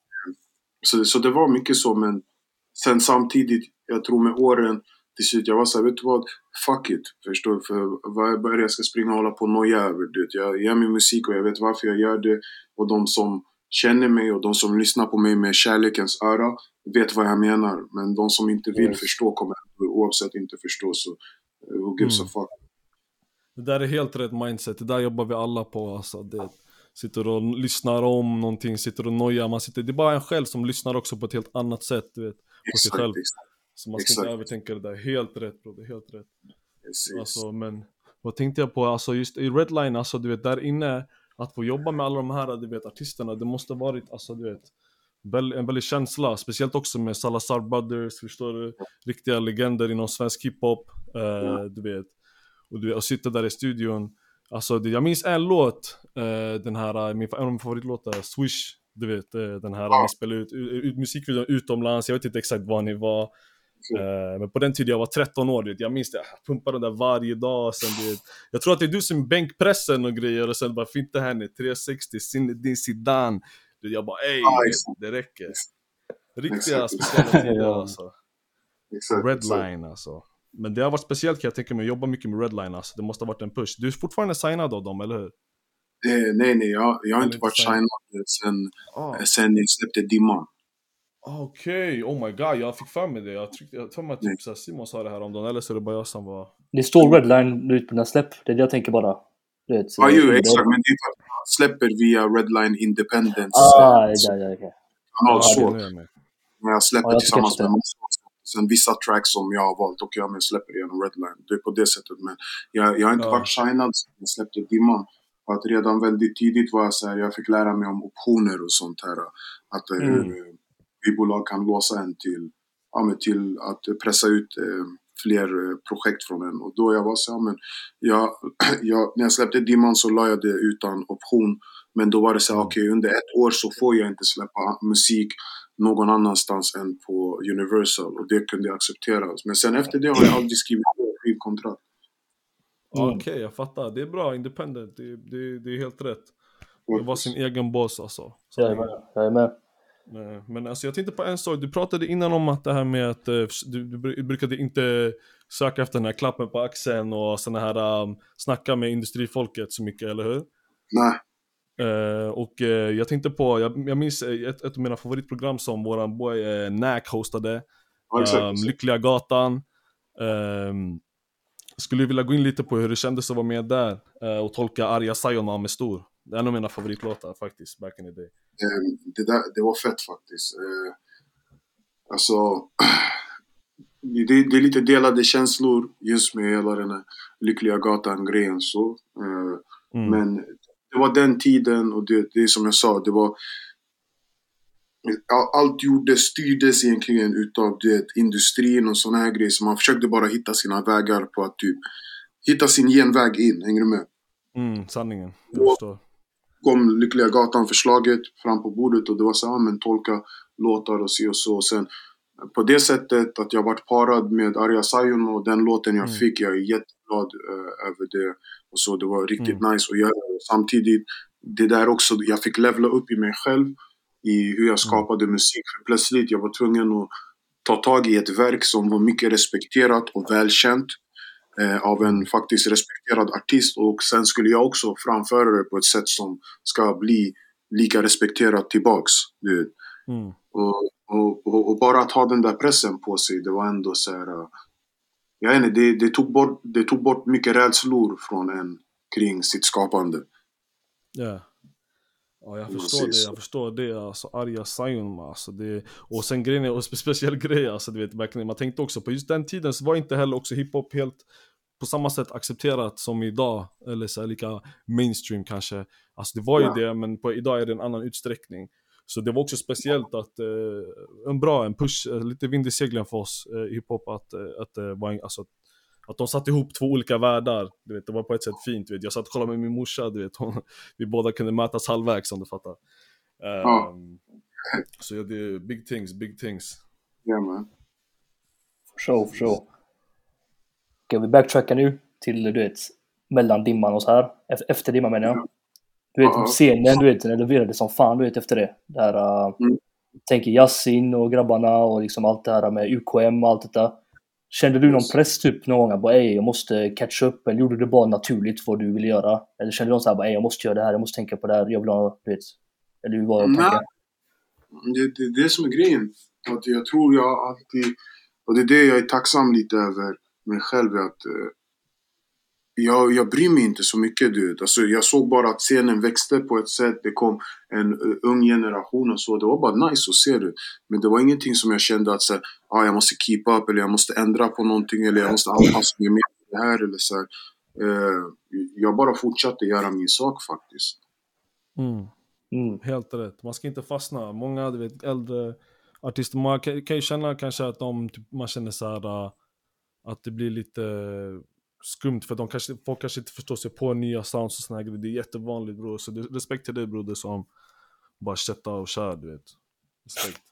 Speaker 3: så, så det var mycket så, men sen samtidigt, jag tror med åren till slut, jag var så här, vet du vad, fuck it, förstår du? För vad vad är det jag ska springa och hålla på och noja över, du vet. Jag gör min musik och jag vet varför jag gör det, och de som känner mig och de som lyssnar på mig med kärlekens öra vet vad jag menar, men de som inte vill
Speaker 1: Yes.
Speaker 3: förstå kommer oavsett inte förstå, så uh, who gives
Speaker 2: Mm.
Speaker 3: a fuck.
Speaker 2: Det där är helt rätt mindset, det där jobbar vi alla på alltså. Det sitter och lyssnar om någonting, sitter och nojar, man sitter, det är bara en själv som lyssnar också på ett helt annat sätt, du vet, på sig
Speaker 3: Exakt,
Speaker 2: själv.
Speaker 3: exakt.
Speaker 2: Så man ska
Speaker 3: exakt.
Speaker 2: inte övertänka det där, helt rätt bro, det är helt rätt.
Speaker 3: Yes, yes.
Speaker 2: Alltså, men vad tänkte jag på, alltså just i Redline, alltså du vet, där inne, att få jobba med alla de här, du vet, artisterna, det måste varit, alltså du vet, väl, en väldigt känsla, speciellt också med Salazar Brothers, förstår du, riktiga legender inom svensk hiphop, eh, du vet, och du vet, och sitta där i studion, alltså det, jag minns en låt, eh, den här, min, en av mina favoritlåtar, Swish, Du vet, eh, den här,
Speaker 3: Ja.
Speaker 2: ni spelade ut, ut musikvideon utomlands, jag vet inte exakt var ni var. Uh, men på den tiden jag var tretton år, vet, jag minns det, jag pumpade den där varje dag. Sen, vet, jag tror att det är du som bänkpressen och grejer, och sen bara finta henne trehundrasextio, sin, din Zidane. Jag bara, ey,
Speaker 3: Ja,
Speaker 2: vet,
Speaker 3: exakt.
Speaker 2: det räcker.
Speaker 3: Exakt.
Speaker 2: Riktiga
Speaker 3: Exakt.
Speaker 2: speciella tider
Speaker 1: Ja.
Speaker 2: alltså.
Speaker 3: Exakt,
Speaker 2: Redline alltså. Men det har varit speciellt, kan jag tänka mig, att jobba mycket med Redline alltså. Det måste ha varit en push. Du är fortfarande signad av dem, eller hur?
Speaker 3: Eh, nej, nej, jag, jag har
Speaker 2: Eller
Speaker 3: inte varit
Speaker 2: inte signad.
Speaker 3: signad sen,
Speaker 2: Ah.
Speaker 3: sen jag släppte Dimman.
Speaker 2: Okej, okay. Oh my god, jag fick för mig det. Jag tryckte, jag tror att typ såhär, Simon sa det här om dagen, eller så är det bara jag som var...
Speaker 1: Det står Redline ut på den släpp. Det är det jag tänker bara. Du vet,
Speaker 3: Ja, ju,
Speaker 1: under.
Speaker 3: exakt. Men det är för att man släpper via Redline Independence.
Speaker 1: Ah,
Speaker 3: eh,
Speaker 1: ja, ja, ja.
Speaker 3: kanal
Speaker 2: Ja,
Speaker 3: så.
Speaker 2: det nu är jag med.
Speaker 3: Men jag släpper
Speaker 1: Ja, jag
Speaker 3: tillsammans
Speaker 1: tycker
Speaker 3: med
Speaker 1: också
Speaker 3: massa. Sen vissa tracks som jag har valt, och jag men släpper genom Redline. Det är på det sättet. Men jag, jag har inte
Speaker 2: Ja.
Speaker 3: varit signad sen jag släppte Dimman. För att redan väldigt tidigt var jag så här, jag fick lära mig om optioner och sånt här. Att eh,
Speaker 1: Mm.
Speaker 3: hur skivbolag kan låsa en till, ja, men till att pressa ut eh, fler eh, projekt från en. Och då jag var så här, men jag, jag, när jag släppte Dimman så la jag det utan option. Men då var det så här,
Speaker 2: Mm.
Speaker 3: okej, okay, under ett år så får jag inte släppa musik någon annanstans än på Universal, och det kunde jag acceptera. Men sen efter det har jag aldrig skrivit på skivkontrakt.
Speaker 2: Okej, okay, jag fattar. Det är bra, independent. Det, det, det är helt rätt. Det var sin egen boss alltså. Så
Speaker 1: Jag är med. Jag är med.
Speaker 2: Nej, men alltså jag tänkte på en sak. Du pratade innan om att det här med att uh, du, du brukade inte söka efter den här klappen på axeln och såna här um, snacka med industrifolket så mycket, eller hur?
Speaker 3: Nej.
Speaker 2: Uh, och uh, jag tänkte på, jag, jag minns ett, ett av mina favoritprogram som våran boy uh, Nack hostade.
Speaker 3: Ja, exakt,
Speaker 2: um,
Speaker 3: exakt.
Speaker 2: Lyckliga gatan. Um, skulle du vilja gå in lite på hur det kändes att vara med där uh, och tolka Arja Saijonmaa med stor? Det är en av mina favoritlåtar faktiskt, back in the day.
Speaker 3: Eh, det, där, det var fett faktiskt. Eh, alltså, det, det är lite delade känslor just med hela den här Lyckliga gatan-grejen så. Eh,
Speaker 2: Mm.
Speaker 3: Men det var den tiden, och det, det är som jag sa, det var allt gjordes, styrdes egentligen utav det, industrin och såna här grejer, så man försökte bara hitta sina vägar på att typ hitta sin genväg in, hänger du med?
Speaker 2: Mm, sanningen, jag förstår.
Speaker 3: Kom Lyckliga gatan-förslaget fram på bordet, och det var så här, men tolka låtar och se och så. Och sen på det sättet att jag varit parad med Arja Saijonmaa, och den låten jag
Speaker 2: Mm.
Speaker 3: fick, jag är jätteglad uh, över det. Och så det var riktigt
Speaker 2: Mm.
Speaker 3: nice att göra. Och samtidigt, det där också, jag fick levla upp i mig själv i hur jag skapade mm. musik. För plötsligt jag var tvungen att ta tag i ett verk som var mycket respekterat och välkänt eh, av en faktiskt respekterad artist, och sen skulle jag också framföra det på ett sätt som ska bli lika respekterat tillbaks. Du vet.
Speaker 2: Mm.
Speaker 3: Och, och, och, och bara att ha den där pressen på sig, det var ändå så här, uh, jag vet inte, det, det, tog bort, det tog bort mycket rädslor från en kring sitt skapande.
Speaker 2: Yeah. Ja, jag förstår det, jag förstår det, alltså Arja Saijonmaa, alltså det, och sen grejen är, och spe, speciell grej, alltså du vet, verkligen, man tänkte också på just den tiden så var inte heller också hiphop helt på samma sätt accepterat som idag, eller så här, lika mainstream kanske, alltså det var ju ja. det, men på, idag är det en annan utsträckning, så det var också speciellt att, eh, en bra, en push, eh, lite vind i seglen för oss eh, hiphop, att, eh, att, eh, var en, alltså, att de satte ihop två olika världar, du vet, det var på ett sätt fint, du vet. Jag satt och kollade med min morsa, du vet, hon, vi båda kunde mötas halvvägs, som du fattar. Um,
Speaker 3: ja.
Speaker 2: Så ja, det är big things, big things.
Speaker 3: Ja, man.
Speaker 1: For sure, for sure. Ska vi backtracka nu till, du vet, mellan dimman och så här, efter dimman menar jag.
Speaker 3: Ja.
Speaker 1: Du vet,
Speaker 3: Ja.
Speaker 1: scenen, du vet, den eleverade som fan, du vet, efter det. Där, uh,
Speaker 3: mm.
Speaker 1: tänker Yasin och grabbarna och liksom allt det här med U K M och allt detta. Kände du någon press typ någon gång? Bara, ej, jag måste catch up. Eller gjorde du det bara naturligt vad du ville göra? Eller kände du så här, bara, ej, jag måste göra det här, jag måste tänka på det här, jag vill ha, du vet. Eller hur var det att tänka?
Speaker 3: Det, det, det är som är grejen. Att jag tror jag alltid, och det är det jag är tacksam lite över mig själv, att uh, jag, jag bryr mig inte så mycket, du vet. Alltså, jag såg bara att scenen växte på ett sätt. Det kom en uh, ung generation och så. Det var bara nice att se det. Men det var ingenting som jag kände att så, ah, jag måste keep up, eller jag måste ändra på någonting, eller jag måste anpassa mig mer till det här. Eller så. Uh, jag bara fortsatte göra min sak faktiskt.
Speaker 2: Mm. Mm, helt rätt. Man ska inte fastna. Många, du vet, äldre artister, man kan, kan ju känna kanske att de, typ, man känner så här, uh, att det blir lite skumt, för de kanske, folk kanske inte förstår sig på nya sounds och såna här grejer. Det är jättevanligt, bror. Så det, respekt till dig, broder, som bara sätta och köra, du vet. Respekt.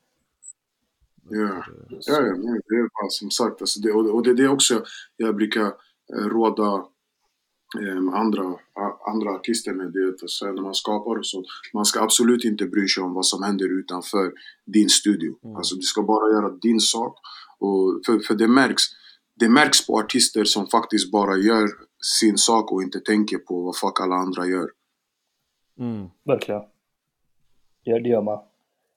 Speaker 3: Ja, ja, ja, nej, det är bara som sagt. Alltså det, och, och det är det också jag brukar eh, råda eh, andra, a, andra artister med det. Så när man skapar och så, man ska absolut inte bry sig om vad som händer utanför din studio. Mm. Alltså du ska bara göra din sak. Och för, för det märks, det märks på artister som faktiskt bara gör sin sak och inte tänker på vad fuck alla andra gör.
Speaker 1: Mm. Verkligen. Ja, det gör man.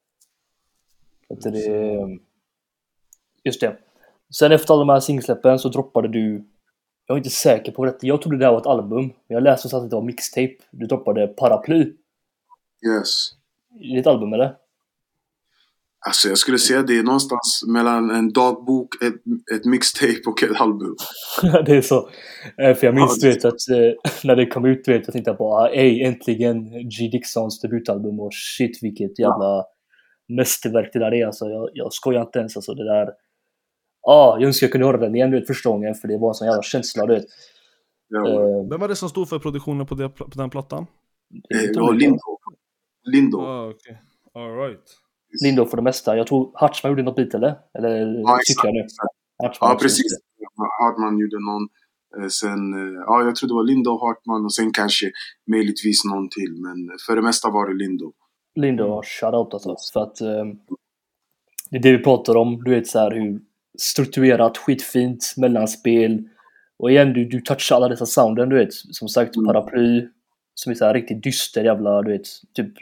Speaker 1: Att det, just det. Sen efter alla de här singelsläppen så droppade du, jag är inte säker på det, jag trodde det där var ett album, men jag läste så att det var mixtape. Du droppade Paraply.
Speaker 3: Yes.
Speaker 1: Är det ett album eller?
Speaker 3: Alltså jag skulle säga det är någonstans mellan en dagbok, ett, ett mixtape och ett album.
Speaker 1: Det är så. För jag minns, ja, du vet, att när det kom ut, du vet, jag tänkte bara, ej, äntligen G. Dixons debutalbum och shit, vilket jävla ja. mästerverk det där är. Alltså, jag, jag skojar inte ens, alltså det där. Ja, ah, jag önskar jag kunde höra den igen, du vet, första gången, för det var en sån jävla känsla, du vet.
Speaker 3: Ja,
Speaker 2: uh, Vem var det som stod för produktionen på, det, på den plattan?
Speaker 3: Det var Lindo. Lindo.
Speaker 2: Ah, okej. Okay. All right.
Speaker 1: Lindo för det mesta. Jag tror Hartman gjorde något bit, eller? Eller
Speaker 3: ja,
Speaker 1: tycker jag nu?
Speaker 3: Hartman, ja, precis. Hartman gjorde någon. Sen, ja, jag tror det var Lindo och Hartman och sen kanske möjligtvis någon till. Men för det mesta var det Lindo.
Speaker 1: Lindo, mm. shoutout alltså. För att um, det är det vi pratar om. Du vet så här hur strukturerat, skitfint, mellanspel. Och igen, du, du touchar alla dessa sounden, du vet. Som sagt, mm. Paraply. Som är så här riktigt dyster jävla, du vet. Typ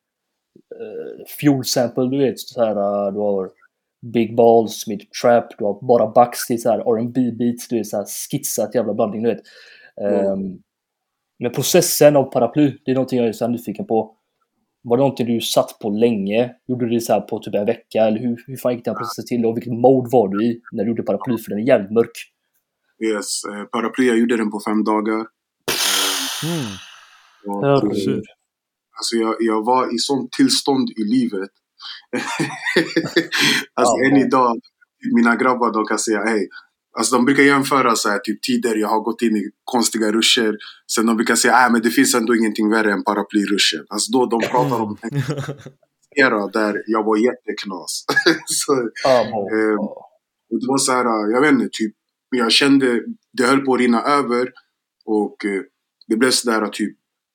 Speaker 1: uh, fuel-sample, du vet. Så här, uh, du har Big Balls med Trap. Du har bara Bucks till så här R and B-beats. Du vet, så här skitsat jävla blandning, du vet. Um, mm. Men processen av Paraply, det är någonting jag är så här nyfiken på. Var det någonting du satt på länge? Gjorde du det så här på typ en vecka? Eller hur, hur fan gick den processen till? Och vilket mode var du i när du gjorde Paraply? För den är jävligt mörk.
Speaker 3: Yes, uh, Paraply, jag gjorde den på fem dagar.
Speaker 1: Mm.
Speaker 3: Och, ja, uh, alltså jag, jag var i sånt tillstånd i livet. Alltså ja, än idag, mina grabbar, de kan säga hej. Alltså de brukar jämföra så här, typ tider jag har gått in i konstiga ruscher. Sen de brukar säga, nej men det finns ändå ingenting värre än paraplyruscher. Alltså då de pratar om en era där jag var jätteknas. Så,
Speaker 1: oh,
Speaker 3: eh, och det var så här, jag vet inte, typ, jag kände, det höll på att rinna över. Och eh, det blev så där typ,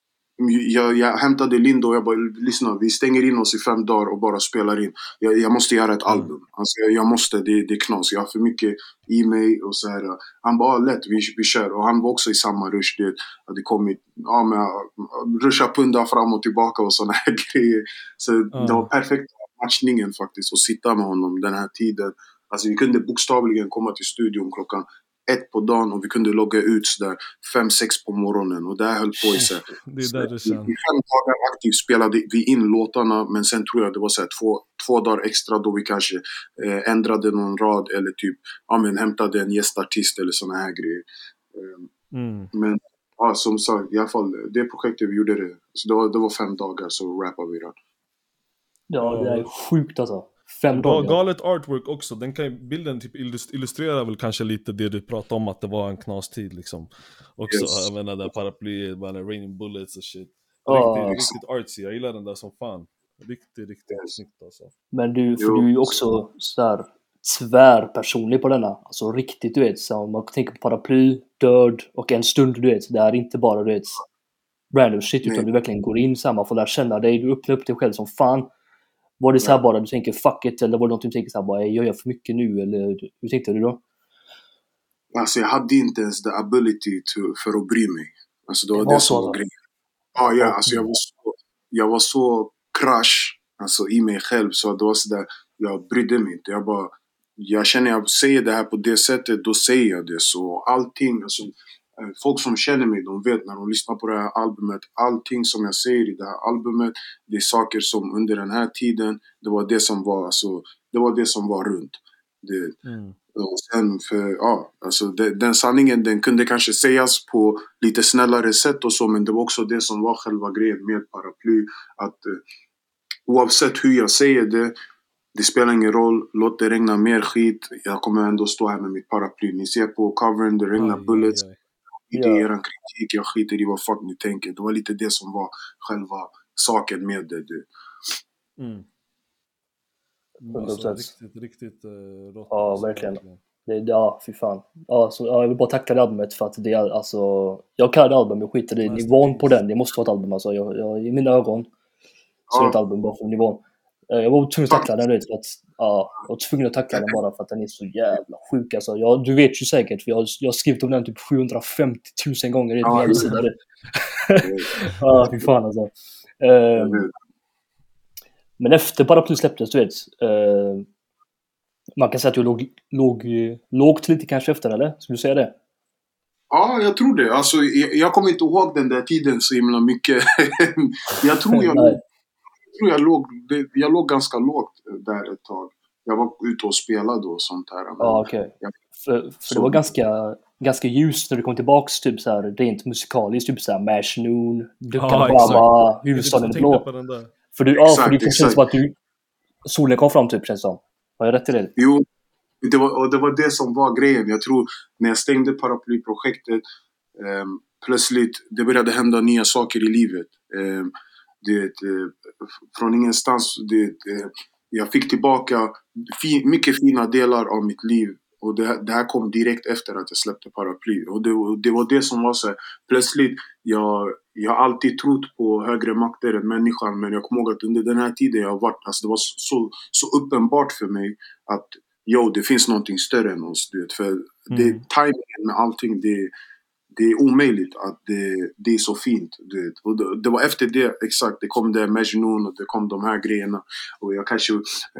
Speaker 3: Jag, jag hämtade Lindo och jag bara, lyssna, vi stänger in oss i fem dagar och bara spelar in. Jag, jag måste göra ett album. Alltså, jag, jag måste, det, det är knas. Jag har för mycket i mig och så här. Han bara, lätt, vi, vi kör. Och han var också i samma rush. Det hade kommit, ja men, ruscha punda fram och tillbaka och såna här grejer. Så mm. det var perfekt matchningen faktiskt, att sitta med honom den här tiden. Alltså vi kunde bokstavligen komma till studion klockan ett på dagen och vi kunde logga ut så där fem, sex på morgonen och där höll på i sig.
Speaker 2: Det är där det
Speaker 3: I fem dagar aktivt spelade vi in låtarna, men sen tror jag det var så här två, två dagar extra då vi kanske eh, ändrade någon rad eller typ ja, men hämtade en gästartist eller såna här grejer. Eh, mm. Men ja, som sagt, i alla fall det projektet vi gjorde det, så det var, det var fem dagar så rappade vi det.
Speaker 1: Ja, det är sjukt alltså. Fem dagar.
Speaker 2: Galet artwork också. Den kan, bilden typ illustrerar väl kanske lite det du pratade om, att det var en knastid liksom. Också, yes. Jag menar där paraply, bara raining bullets och shit. Riktigt, oh. riktigt artsy. Jag gillar den där som fan. Riktigt, riktigt yes. snyggt alltså.
Speaker 1: Men du, för du är ju också sådär tvärpersonlig på denna. Alltså riktigt, du vet. Så om man tänker på paraply, död och en stund, du vet. Det är inte bara, du vet, random shit, utan Nej. Du verkligen går in så här, man får lära känna dig. Du öppnar upp dig själv som fan. Var det så här bara du tänker fuck it, eller var det något du tänker så här bara jag gör för mycket nu, eller hur tänkte du då?
Speaker 3: Alltså jag hade inte ens the ability to, för att bry mig. Alltså det var det, det som var grejen. Ja, ja, alltså jag var så, jag var så crash alltså i mig själv så det var så där, jag brydde mig inte. Jag bara, jag känner jag säger det här på det sättet, då säger jag det så. Allting, alltså folk som känner mig, de vet när de lyssnar på det här albumet, allting som jag säger i det här albumet, det är saker som under den här tiden, det var det som var, alltså, det var det som var runt. Det, mm. Och sen för, ja, alltså det, den sanningen, den kunde kanske sägas på lite snällare sätt och så, men det var också det som var själva grejen med paraply, att eh, oavsett hur jag säger det, det spelar ingen roll, låt det regna mer skit, jag kommer ändå stå här med mitt paraply. Ni ser på covern, det regnar aj, bullets aj, aj. I ja. Er kritik, jag skiter i vad fuck ni tänker. Det var lite det som var själva saken med det. Du.
Speaker 2: Mm.
Speaker 1: hundra procent.
Speaker 2: Alltså, riktigt, riktigt uh, rått.
Speaker 1: Ja,
Speaker 2: alltså,
Speaker 1: verkligen. Det, ja, fy fan. Ja, så, ja, jag vill bara tacka det albumet för att det är alltså... Jag kallar det album, jag skiter i nivån på den. Det måste vara ett album alltså. Jag, jag, I mina ögon så är det ett album bara för nivån. Jag var tvungen att tackla den, vet, för att, ja, jag var tvungen att tackla den bara för att den är så jävla sjuk alltså. Jag, du vet ju säkert, för jag, jag har skrivit om den typ sjuhundrafemtio tusen gånger i ett jävla sida. Ja, fy fan alltså. Um, men efter Paraply släpptes, du vet, uh, man kan säga att jag låg, låg, lågt lite kanske efter, eller? Skulle du säga det?
Speaker 3: Ja, jag tror det. Alltså, jag, jag kommer inte ihåg den där tiden så himla mycket. jag tror jag, låg, jag, tror jag, låg, jag låg ganska lågt där ett tag. Jag var ute och spelade och sånt här. Men
Speaker 1: ja, okej. Okay. För, för
Speaker 3: så,
Speaker 1: det var ganska, ganska ljust när du kom tillbaks, typ så här, rent musikaliskt, typ så här Mash Noon, Duckan
Speaker 2: ja,
Speaker 1: Baba, Huvudstaden är blå. För du, exakt, ja, för det exakt. Känns som att du, solen kom fram typ, känns som. Har jag rätt i det?
Speaker 3: Jo, det var, och det var det som var grejen. Jag tror, när jag stängde Paraplyprojektet, eh, plötsligt, det började hända nya saker i livet. Eh, det, det, från ingenstans, det, det, jag fick tillbaka fi, mycket fina delar av mitt liv. Och det, det här kom direkt efter att jag släppte Paraply. Och det, det var det som var så här, plötsligt, jag, jag har alltid trott på högre makter än människan. Men jag kommer ihåg att under den här tiden jag har varit, alltså det var så, så uppenbart för mig att jo, det finns någonting större än oss, du vet. För mm. det, timingen med allting, det, det är omöjligt att det, det är så fint, du vet. Och det, det var efter det, exakt, det kom det Majnun och det kom de här grejerna. Och jag kanske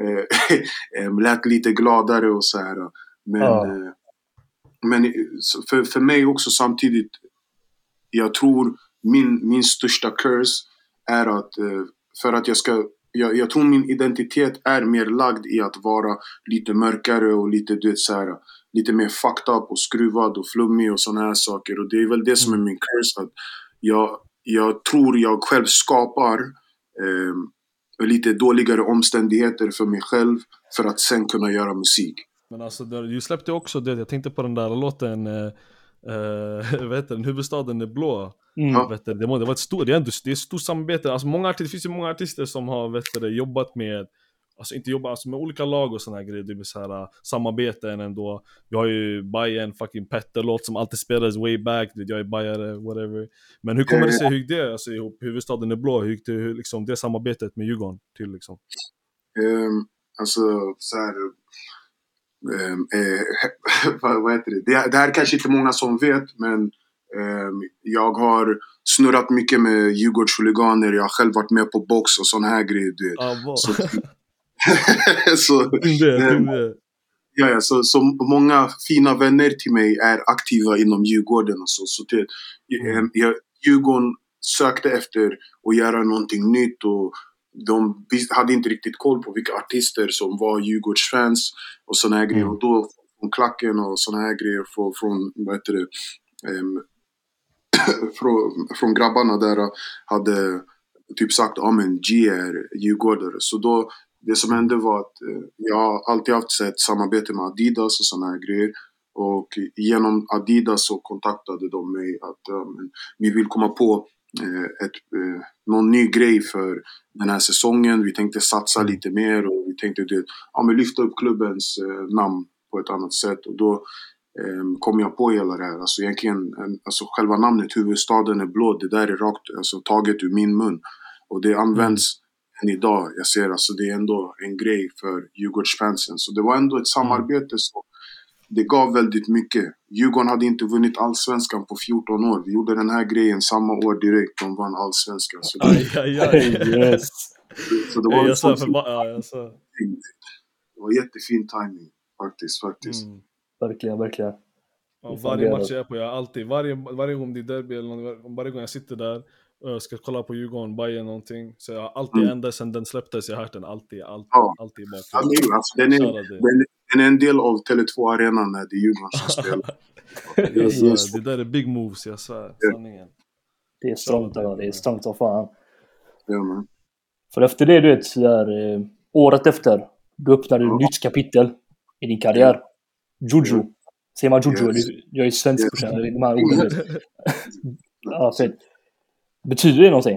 Speaker 3: äh, lät lite gladare och så här. Men, ja. äh, men för, för mig också samtidigt, jag tror min, min största curse är att äh, för att jag ska Jag, jag tror min identitet är mer lagd i att vara lite mörkare och lite, du vet, så här, lite mer fucked up och skruvad och flummig och såna här saker. Och det är väl det som är min curse. Att jag, jag tror jag själv skapar eh, lite dåligare omständigheter för mig själv för att sen kunna göra musik.
Speaker 2: Men alltså, du släppte också det. Jag tänkte på den där låten... Eh... Uh, vet du, huvudstaden är blå. Mm. Vet du, det, det var ett stort, det är, ändå, det är ett stort samarbete. Alltså många artister, det finns ju många artister som har, vet du, jobbat med, alltså inte jobbat alltså med olika lag och såna här grejer. Det är så här uh, samarbeten ändå. Vi har ju Bajen fucking Petter-låt som alltid spelades way back. Jag är bajare, whatever. Men hur kommer det sig, hur gick det alltså, ihop? Huvudstaden är blå, hur gick det, hur, liksom, det samarbetet med Djurgården till liksom?
Speaker 3: Um, alltså så här. Eh, eh, vad, vad heter det? det? Det här är kanske inte många som vet, men eh, jag har snurrat mycket med Djurgårdshuliganer. Jag har själv varit med på box och såna här grejer. Du.
Speaker 2: Ah,
Speaker 3: så, så,
Speaker 2: det,
Speaker 3: eh, ja, ja, så, så många fina vänner till mig är aktiva inom Djurgården och så. Så till, eh, jag, Djurgården sökte efter att göra någonting nytt och de hade inte riktigt koll på vilka artister som var Djurgårdsfans och såna här grejer. Mm. Och då från klacken och såna här grejer från, från vad heter det, um, från, från grabbarna där hade typ sagt, ja men G är Djurgårdare. Så då, det som hände var att uh, jag har alltid haft ett samarbete med Adidas och såna här grejer. Och genom Adidas så kontaktade de mig att um, vi vill komma på Ett, eh, någon ny grej för den här säsongen. Vi tänkte satsa lite mer och vi tänkte det, ja, men lyfta upp klubbens eh, namn på ett annat sätt. Och då eh, kom jag på hela det här. Alltså egentligen, alltså själva namnet Huvudstaden är blå, det där är rakt alltså, taget ur min mun. Och det används mm. än idag. Jag ser alltså det är ändå en grej för Djurgårdsfansen. Så det var ändå ett samarbete som det gav väldigt mycket. Djurgården hade inte vunnit allsvenskan på fjorton år. Vi gjorde den här grejen samma år direkt. De vann allsvenskan. Så det,
Speaker 2: aj, aj, aj. Yes.
Speaker 3: så det var
Speaker 2: hey,
Speaker 3: en sån
Speaker 2: för, ja, jag sa.
Speaker 3: Det var jättefin timing faktiskt. faktiskt.
Speaker 1: Mm. Verkligen, verkligen.
Speaker 2: Ja, varje match jag är på, jag alltid, varje, varje gång det är derby eller någon, varje gång jag sitter där och ska kolla på Djurgården, Bayern någonting, så jag har alltid mm. ända sedan den släpptes, jag har hört den alltid, alltid,
Speaker 3: ja.
Speaker 2: alltid bak.
Speaker 3: Ja, alltså, den, är, den, den är en del av Tele två-arenan när det är Djurgården som spelar.
Speaker 2: yes, yes. Det där är big moves, jag svär, ja. Sanningen.
Speaker 1: Det är strångt, det, det är strångt som fan.
Speaker 3: Ja, man.
Speaker 1: För efter det, du vet, där, eh, året efter, du öppnade ja. ett nytt kapitel i din karriär. Juju. Ja. Säger man Juju? Yes. Jag är svensk på yes. de här orden. Ja, fett. Betyder det någonting?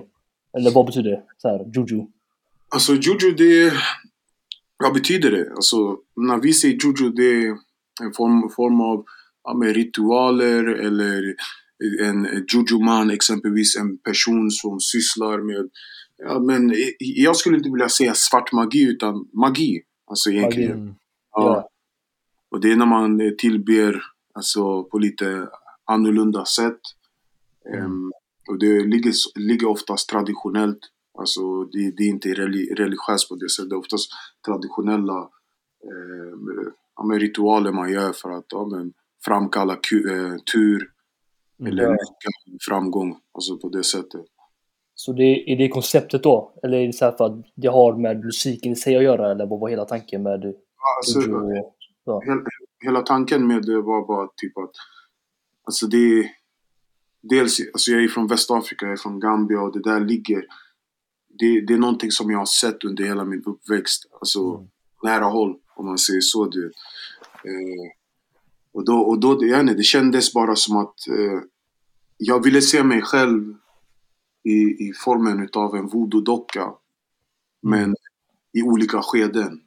Speaker 1: Eller vad betyder det? Så här, juju.
Speaker 3: Alltså juju, det... Vad betyder det? Alltså, när vi säger juju, det är en form, form av ja, med ritualer eller en jujuman, exempelvis en person som sysslar med... Ja, men jag skulle inte vilja säga svart magi, utan magi. Alltså egentligen.
Speaker 2: Mm.
Speaker 3: Ja.
Speaker 1: Ja.
Speaker 3: Och det är när man tillber alltså, på lite annorlunda sätt.
Speaker 2: Mm.
Speaker 3: Um, och det ligger, ligger oftast traditionellt. Alltså det, det är inte relig- religiöst på det sättet. Det är oftast traditionella eh, ja, med ritualer man gör för att ja, men, framkalla ku- eh, tur
Speaker 2: Mm.
Speaker 3: eller
Speaker 1: Ja.
Speaker 3: lycka, framgång. Alltså på det sättet.
Speaker 1: Så det är det konceptet då? Eller är det så här för att det har med musiken i sig att göra? Eller vad var hela tanken med
Speaker 3: Alltså,
Speaker 1: juju? Och, ja.
Speaker 3: hela, hela tanken med det var bara typ att alltså det dels, alltså jag är från Västafrika, jag är från Gambia och det där ligger det, det är någonting som jag har sett under hela min uppväxt, alltså
Speaker 2: Mm.
Speaker 3: nära håll om man säger så du. Eh, och då, och då det, det kändes bara som att eh, jag ville se mig själv i, i formen utav en voodoo-docka, men i olika skeden.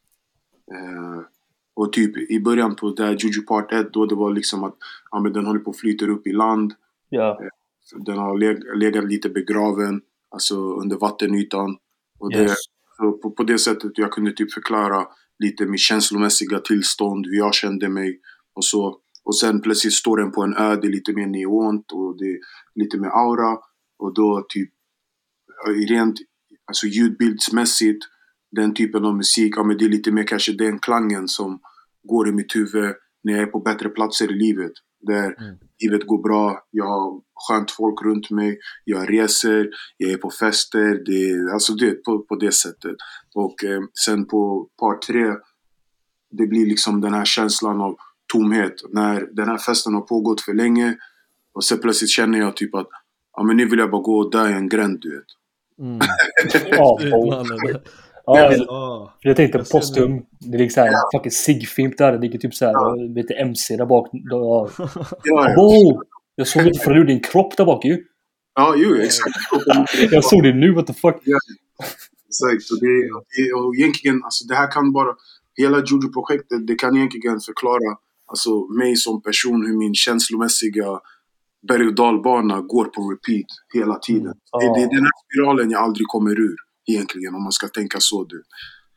Speaker 3: Eh, och typ i början på det här Juju Part ett, då det var liksom att ja, men den håller på att flyta upp i land.
Speaker 1: Ja.
Speaker 3: Den har leg- legat lite begraven, alltså under vattenytan. Och det,
Speaker 1: Yes.
Speaker 3: så på, på det sättet jag kunde typ förklara lite min känslomässiga tillstånd, hur jag kände mig och så. Och sen plötsligt står den på en ö, det är lite mer neont och det är lite mer aura. Och då typ rent alltså ljudbildsmässigt, den typen av musik, ja men det är lite mer kanske den klangen som går i mitt huvud när jag är på bättre platser i livet. Där
Speaker 2: Mm.
Speaker 3: livet går bra, jag har skönt folk runt mig, jag reser, jag är på fester, det, alltså det, på, på det sättet. Och eh, sen på part tre, det blir liksom den här känslan av tomhet. När den här festen har pågått för länge och så plötsligt känner jag typ att ja men nu vill jag bara gå och dö i en gränd, du vet.
Speaker 2: Mm.
Speaker 1: Ja,
Speaker 2: Utmanande.
Speaker 1: ja,
Speaker 3: Ja,
Speaker 2: Ah.
Speaker 1: för jag tänkte
Speaker 2: Jag ser
Speaker 1: postum. Det ligger såhär fucking sigfimp där. Det ligger typ såhär,
Speaker 3: Ja.
Speaker 1: lite M C där bak. Då,
Speaker 3: Ja, ja.
Speaker 1: wow! Jag såg inte förrän ur din kropp där bak ju.
Speaker 3: Ja, jo, exakt.
Speaker 1: Jag såg det nu, what the fuck.
Speaker 3: Ja, exakt. Och, det, det, och egentligen, alltså det här kan bara, hela Juju-projektet, det kan egentligen förklara alltså, mig som person, hur min känslomässiga berg- och dalbana går på repeat hela tiden.
Speaker 1: Mm.
Speaker 3: Det, det är
Speaker 1: Ja.
Speaker 3: den här spiralen jag aldrig kommer ur, egentligen, om man ska tänka så. Du.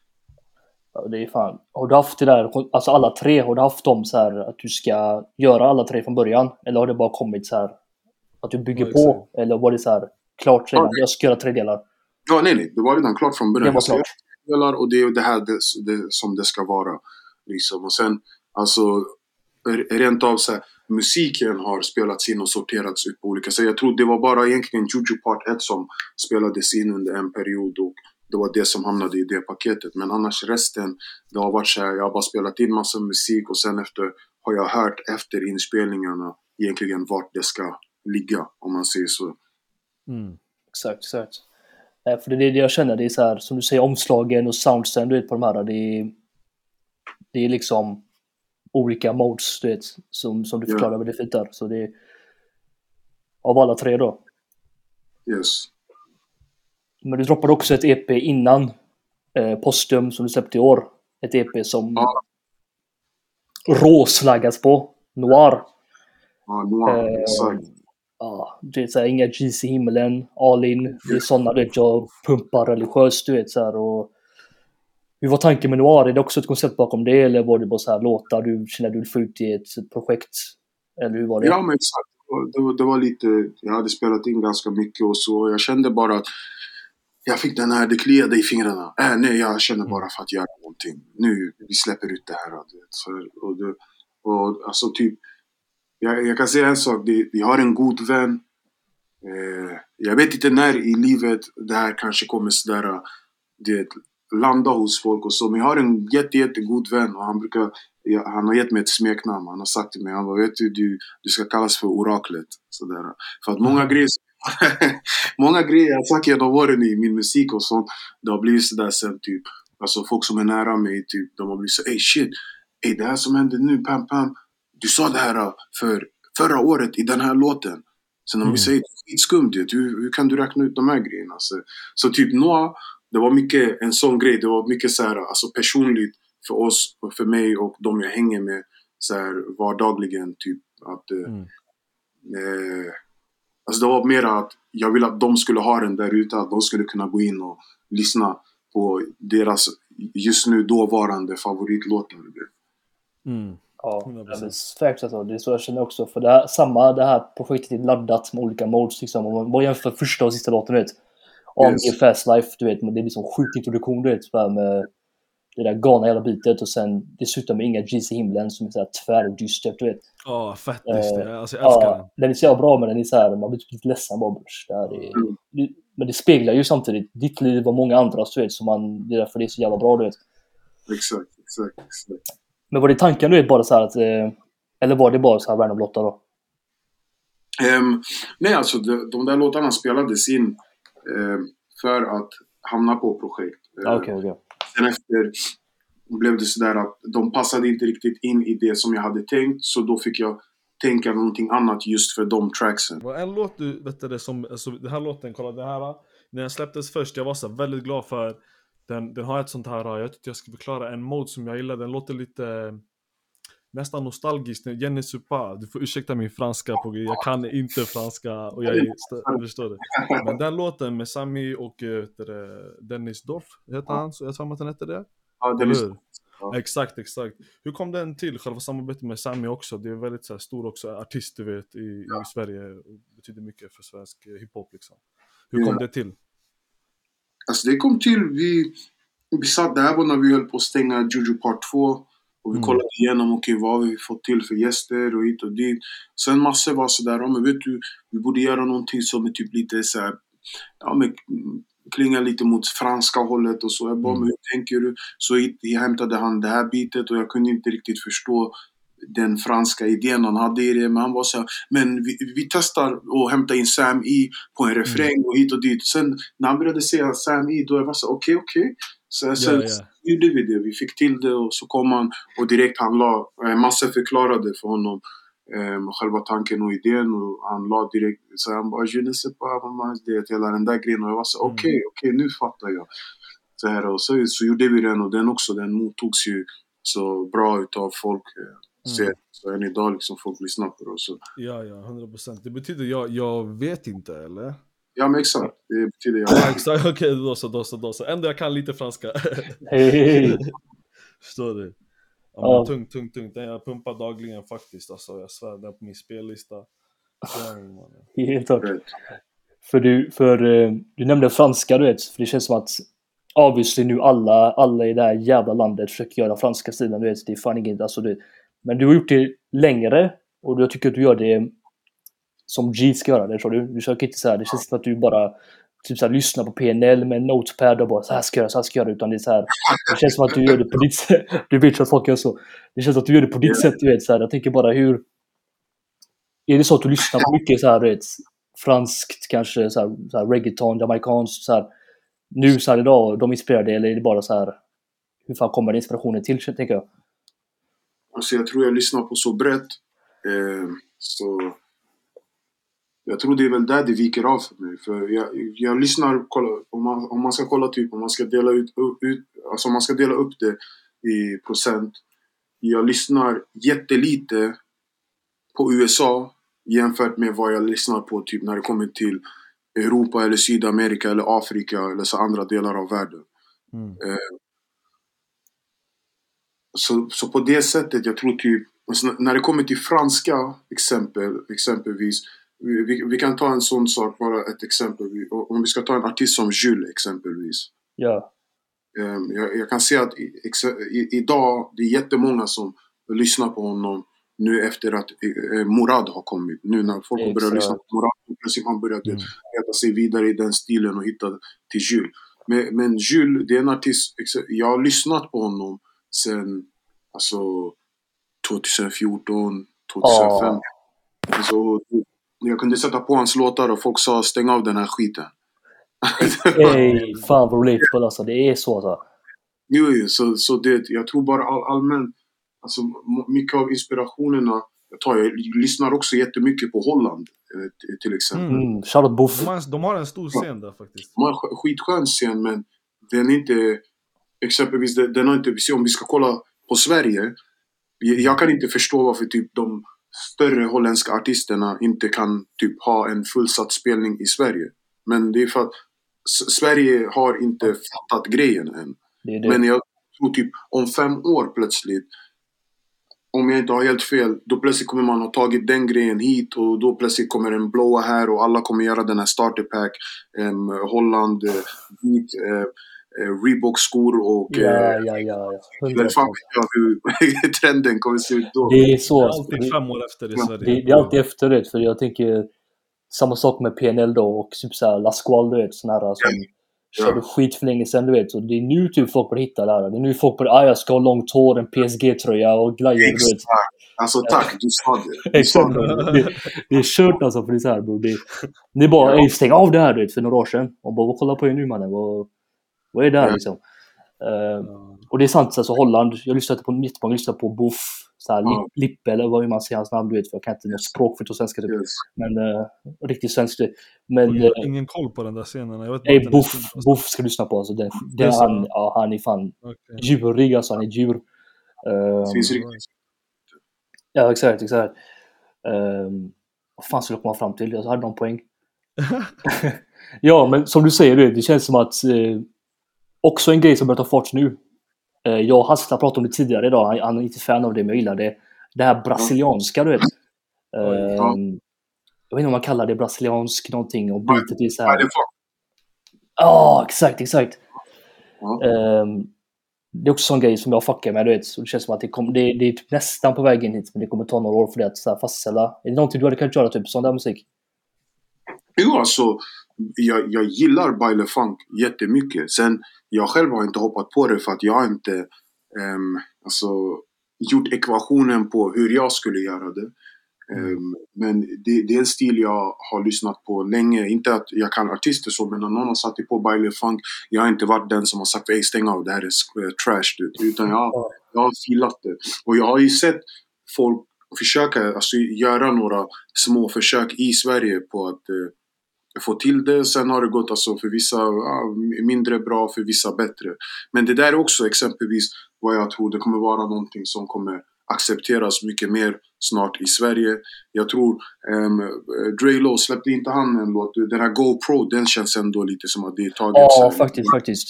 Speaker 1: Ja, det är fan. Har du haft det där, alltså alla tre, har du haft dem så här att du ska göra alla tre från början? Eller har det bara kommit så här att du bygger
Speaker 2: Ja,
Speaker 1: på? Eller var det så här klart redan?
Speaker 3: Ja, det-
Speaker 1: Jag ska göra tre delar.
Speaker 3: Ja, nej, nej. Det var redan klart från början.
Speaker 1: Det var
Speaker 3: Jag ska
Speaker 1: klart.
Speaker 3: göra delar och det är det här det, det, som det ska vara. Liksom. Och sen, alltså, rent av så här, musiken har spelats in och sorterats ut på olika sätt. Jag tror det var bara egentligen Juju Part ett som spelades in under en period och det var det som hamnade i det paketet. Men annars resten, det har varit så här, jag har bara spelat in massa musik och sen efter har jag hört efter inspelningarna egentligen vart det ska ligga, om man säger så.
Speaker 2: Mm.
Speaker 1: Exakt, exakt. Eh, För det är det jag känner, det är så här, som du säger, omslagen och soundsen, du vet, på de här, det är, det är liksom olika modes, du vet, som, som du
Speaker 3: Ja.
Speaker 1: förklarar väldigt fint där. Så det är av alla tre då.
Speaker 3: Yes.
Speaker 1: Men du droppade också ett E P innan eh, Postum som du släppte i år. Ett E P som
Speaker 3: Ja.
Speaker 1: råslaggas på. Noir.
Speaker 3: Ja, noir,
Speaker 1: Eh,
Speaker 3: exakt.
Speaker 1: Ja, det är så här, inga G's i himmelen, all in. Det är sådana, du vet, jag pumpar religiöst, du vet, så här. Och hur var tanken med Noir? Är det också ett koncept bakom det? Eller var det bara så här låtar du känner du vill få ut i ett projekt? Eller hur var det?
Speaker 3: Ja, men exakt. Och Det var, det var lite, jag hade spelat in ganska mycket och så. Jag kände bara att jag fick den här, det kliade i fingrarna. Äh, nej, jag känner bara för att göra någonting. Nu, vi släpper ut det här. Du vet. Så, och, det, och alltså typ, jag, jag kan säga en sak. Det, vi har en god vän. Eh, jag vet inte när i livet det här kanske kommer sådär, det, landa hos folk och så. Men jag har en jätte, jättegod vän och han brukar, ja, han har gett mig ett smeknamn. Han har sagt till mig, han bara, vet du, du, du ska kallas för oraklet. Sådär. För att många grejer, många grejer jag sagt genom åren i min musik och sånt, det har blivit sådär sen typ, alltså folk som är nära mig, typ, de har blivit så, ey shit, ey det här som händer nu, pam pam, du sa det här för förra året i den här låten. Sen om
Speaker 2: Mm.
Speaker 3: vi säger skitskumt, hur, hur kan du räkna ut de här grejerna? Så, så typ Noah, det var mycket en sån grej. Det var mycket så här, alltså personligt för oss, och för mig och de jag hänger med så här vardagligen. Typ att eh,
Speaker 2: Mm.
Speaker 3: eh, alltså det var mer att jag ville att de skulle ha den där ute, att de skulle kunna gå in och lyssna på deras just nu dåvarande favoritlåtar.
Speaker 2: Mm.
Speaker 1: Ja,
Speaker 2: hundra
Speaker 1: det är
Speaker 2: procent.
Speaker 1: verkligen så. Det är så jag känner också. För det här, samma, det här projektet är laddat med olika modes. Liksom. Om man bara jämför första och sista låten, du vet. A M G
Speaker 3: Yes.
Speaker 1: Fast Life, du vet. Men det är liksom sjuk introduktion, du vet. Så här med det där galna jävla bitet. Och sen dessutom med inga G's i himlen som är så här tvärdystert, du vet.
Speaker 2: Ja, fett dyster.
Speaker 1: Eh,
Speaker 2: Alltså, jag älskar
Speaker 1: Ja, den är så jävla bra, men den är så här, man blir typ lite ledsen bara. brors. Det här är,
Speaker 3: Mm.
Speaker 1: det, men det speglar ju samtidigt ditt liv och många andras, du vet. Så man, det är därför det är så jävla bra, du vet.
Speaker 3: Exakt, exakt, exakt.
Speaker 1: Men var det tanken, du vet, bara så här att... Eh, eller var det bara så här random låtar då?
Speaker 3: Um, nej, alltså de, de där låtarna spelades in um, för att hamna på projekt.
Speaker 1: Ja,
Speaker 3: Uh,
Speaker 1: okej, okej.
Speaker 3: Sen efter blev det sådär att de passade inte riktigt in i det som jag hade tänkt. Så då fick jag tänka någonting annat just för de tracksen.
Speaker 2: Det var en låt du vet det som, alltså den här låten, kolla det här. När den släpptes först, jag var så väldigt glad för den, den har ett sånt här, jag tyckte jag ska förklara en mode som jag gillar, den låter lite nästan nostalgiskt. Jenny Supa, du får ursäkta min franska på, jag kan inte franska och jag är, förstår det. Men den låten med Sami och vet det, Dennis Dorf, heter han, så jag tror att han heter det.
Speaker 3: Ja, det
Speaker 2: Eller
Speaker 3: är
Speaker 2: hur?
Speaker 3: Ja.
Speaker 2: Exakt, exakt. Hur kom den till, själva samarbetet med Sami också? Det är väldigt så här, stor också artist, du vet, i, i Sverige. Och betyder mycket för svensk hiphop liksom. Hur kom
Speaker 3: Ja.
Speaker 2: det till?
Speaker 3: Alltså det kom till, vi, vi satt där när vi höll på att stänga Juju Part två. Och vi
Speaker 2: Mm.
Speaker 3: kollade igenom, okej, okay, vad har vi fått till för gäster och hit och dit. Sen massor var sådär, ja men vet du, vi borde göra någonting som är typ lite så här, ja men klingar lite mot franska hållet och så. Jag bara,
Speaker 2: Mm.
Speaker 3: men hur tänker du? Så hit, hämtade han det här bitet och jag kunde inte riktigt förstå den franska idén han hade i det. Men han var så här, men vi, vi testar att hämta in Sam E på en refräng och hit och dit. Sen när han började säga Sam E, då jag var så okej, okay, okej. Okay. Så sen
Speaker 2: Ja, ja.
Speaker 3: gjorde vi det. Vi fick till det och så kom han och direkt han la, eh, massor förklarade för honom eh, själva tanken och idén och han la direkt, så han bara, je ne sais pas, mamma, det hela den där grejen och jag var så okej, okay,
Speaker 2: Mm.
Speaker 3: okej, okay, nu fattar jag. Så här och så, så gjorde vi den och den också, den mottogs ju så bra utav folk. Eh,
Speaker 2: Mm.
Speaker 3: Så än idag liksom folk lyssnar på det och så.
Speaker 2: Ja, ja, hundra procent. Det betyder jag, jag vet inte, eller?
Speaker 3: Ja, men exakt. Det betyder jag.
Speaker 2: Ja, exakt, okej, okay, då så, då så, då så. Ändå jag kan lite franska.
Speaker 1: Hej, hej.
Speaker 2: Förstår du? Ja,
Speaker 1: Ja.
Speaker 2: men tungt, tungt, tungt. Den jag pumpar dagligen faktiskt, alltså. Jag svär, den på min spellista. Ja,
Speaker 1: Helt klart.
Speaker 3: Rätt.
Speaker 1: För du, för eh, du nämnde franska, du vet. För det känns som att obviously nu alla, alla i det här jävla landet försöker göra franska stilen, du vet. Det är fan inget, alltså du vet. Men du har gjort det längre och jag tycker att du gör det som G ska göra det, tror du. Du försöker inte så här, det känns som att du bara typ så här, lyssnar på P N L med en notepad och bara så här ska jag göra, så här ska jag göra, utan det är så här, det känns som att du gör det på ditt sätt. Du vet att folk gör så. Det känns som att du gör det på ditt sätt, du vet så här. Jag tänker bara hur är det så att du lyssnar på mycket så här, du vet, franskt kanske så här, så här reggaeton, jamaicanskt så här nu så här idag, de inspirerar dig, eller är det bara så här hur fan kommer det inspirationen till, tänker jag?
Speaker 3: Alltså jag tror jag lyssnar på så brett. Eh, så jag tror det är väl där det viker av för mig. För jag, jag lyssnar, kolla, om, man, om man ska kolla typ, om man ska dela ut, ut alltså om man ska dela upp det i procent. Jag lyssnar jättelite på U S A jämfört med vad jag lyssnar på typ när det kommer till Europa eller Sydamerika eller Afrika eller så andra delar av världen.
Speaker 2: Mm.
Speaker 3: Eh, så, så på det sättet, jag tror typ, alltså när det kommer till franska exempel, exempelvis, vi, vi, vi kan ta en sån sak, bara ett exempel. Om vi ska ta en artist som Jules exempelvis.
Speaker 1: Ja.
Speaker 3: Eh, jag, jag kan se att i, i, idag, det är jättemånga som lyssnar på honom nu efter att eh, Morad har kommit. Nu när folk har börjat lyssna på Morad, plötsligt man börjat mm. äta sig vidare i den stilen och hitta till Jules. Men, men Jules, det är en artist, jag har lyssnat på honom sen alltså tjugohundrafjorton, tjugohundrafemton. Oh. Alltså, jag kunde sätta på hans låtar och folk sa stäng av den här skiten.
Speaker 1: Ey, fan vad relatable alltså, det är så så.
Speaker 3: Jo, jo, så, så det, jag tror bara all, allmänt, alltså mycket av inspirationerna jag tar, jag lyssnar också jättemycket på Holland. eh, till exempel.
Speaker 1: Mm, Charlotte Buff.
Speaker 2: De har, de har en stor scen där faktiskt.
Speaker 3: De har en skitskön scen, men den är inte, exempelvis, den har inte, om vi ska kolla på Sverige, jag kan inte förstå varför typ de större holländska artisterna inte kan typ ha en fullsatt spelning i Sverige. Men det är för att Sverige har inte fattat grejen än.
Speaker 1: Det det.
Speaker 3: Men jag tror typ om fem år plötsligt, om jag inte har helt fel, då plötsligt kommer man ha tagit den grejen hit och då plötsligt kommer den blåa här och alla kommer göra den här starter pack, um, Holland, uh, vit, uh, uh, Reebok-skor och...
Speaker 1: Ja, uh, ja, ja. ja.
Speaker 3: Men fan vet jag hur trenden kommer se ut då.
Speaker 1: Det är så.
Speaker 2: Det är alltid fem år efter i Sverige.
Speaker 1: Det, det är alltid efter det, för jag tänker samma sak med P N L då och typ såhär La Squale, du vet, sån här som
Speaker 3: ja.
Speaker 1: körde skit för länge sedan, du vet. Så det är nu typ folk börjar hitta det här. Det är nu folk börjar, ah, jag ska ha långt hår, en P S G-tröja och glajjor, du vet.
Speaker 3: Alltså tack, du sa det. Du sa det.
Speaker 1: det. Det är kört alltså, för det är så här, bro. Det, det är bara, ja. stäng av det här, du vet, för några år sedan. Och bara, vad kollar på er nu, mannen? Vad, vad är det här, ja. liksom? Uh, och det är sant, alltså Holland, jag lyssnade på jättemånga, jag lyssnade på Buff, såhär, ja. Lippe, eller vad man säger hans namn, du vet, för jag kan inte något språk för att svenska typ. Yes. Men, uh, riktigt svensk det. Men,
Speaker 2: jag har uh, ingen koll på den där scenen. Jag vet
Speaker 1: nej, Buff, är Buff ska lyssna på, alltså, det, det är han, ja, han är fan okay. djurig, alltså, han är djur. Uh,
Speaker 3: Finns riktigt.
Speaker 1: Ja, exakt, exakt. Um, vad fan skulle jag komma fram till? Jag hade någon poäng. Ja, men som du säger, det, det känns som att uh, också en grej som börjar ta fart nu. Uh, jag och Hassla pratade om det tidigare idag. Han, han är inte fan av det, men jag gillar det. Det här brasilianska, du vet. Uh, ja. Jag vet inte om man kallar det brasiliansk någonting. Och beatet är så här. Ja, oh, exakt, exakt. Ja. Um, det är också en grej som jag fuckar med, du vet. Så det känns som att det, kom, det, det är typ nästan på vägen hit, men det kommer ta några år för det att så här fastställa. Är det någonting du hade kunnat göra, typ sån där musik?
Speaker 3: Jo, alltså jag, jag gillar baile funk jättemycket. Sen, jag själv har inte hoppat på det för att jag har inte um, alltså, gjort ekvationen på hur jag skulle göra det. Um, men det, det är en stil jag har lyssnat på länge. Inte att jag kan artister så, men när någon har satt på baile funk, jag har inte varit den som har sagt ej, stäng av, det här är trash, du. Utan jag, jag har filat det. Och jag har ju sett folk försöka, alltså, göra några små försök i Sverige på att uh, få till det. Sen har det gått alltså, för vissa uh, mindre bra, för vissa bättre. Men det där är också exempelvis vad jag tror det kommer vara någonting som kommer accepteras mycket mer snart i Sverige. Jag tror um, Dre Low släppte inte han en låt. Den här GoPro, den känns ändå lite som att det är taget.
Speaker 1: Ja, faktiskt, faktiskt.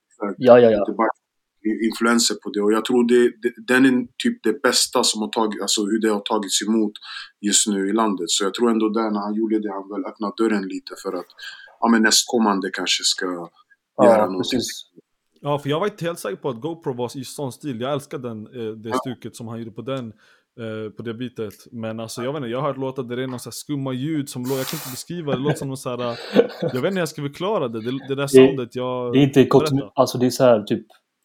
Speaker 1: Ja, ja, ja.
Speaker 3: Det bara influenser på det. Och jag tror det, det, den är typ det bästa som har tagit, alltså hur det har tagits emot just nu i landet. Så jag tror ändå där när han gjorde det, han väl öppnat dörren lite för att ja, men nästkommande kanske ska
Speaker 1: ja,
Speaker 3: göra något.
Speaker 2: Ja, för jag var inte helt säker på att GoPro var i sån stil. Jag älskar den, det stuket som han gjorde på den, på det bitet. Men alltså, jag vet inte, jag har hört låta det är någon så här skumma ljud som låter, jag kan inte beskriva det, det låter som någon så här, jag vet inte hur jag ska förklara det, det, det där soundet jag...
Speaker 1: Det är inte kort, alltså det är så här typ,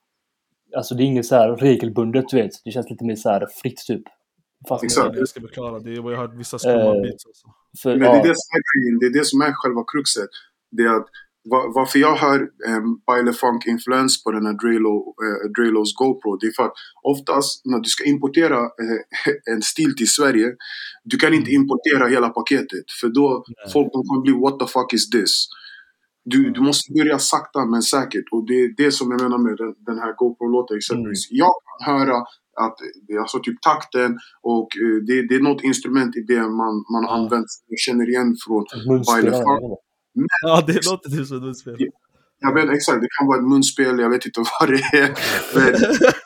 Speaker 1: alltså det är inget så här regelbundet, du vet. Det känns lite mer så här fritt typ.
Speaker 3: Fast exakt.
Speaker 2: Jag ska förklara, det är vad jag har hört vissa skumma uh, beats alltså.
Speaker 3: För, men det är, ja. det, som är, det är det som är själva kruxet. Det är att var, varför jag hör um, baile funk influens på den här Drelo, uh, Drelos GoPro, det är för att oftast när du ska importera uh, en stil till Sverige, du kan inte importera hela paketet, för då Nej. folk kommer bli what the fuck is this? Du, du måste börja sakta men säkert, och det är det som jag menar med den, den här GoPro-låten exempelvis. Mm. Jag kan höra att det är alltså typ takten och uh, det, det är något instrument i det man, man mm. använt, jag känner igen från baile funk.
Speaker 2: Men, ja, det låter typ som ett munspel.
Speaker 3: Jag, jag vet exakt, det kan vara ett munspel, jag vet inte vad det är. Men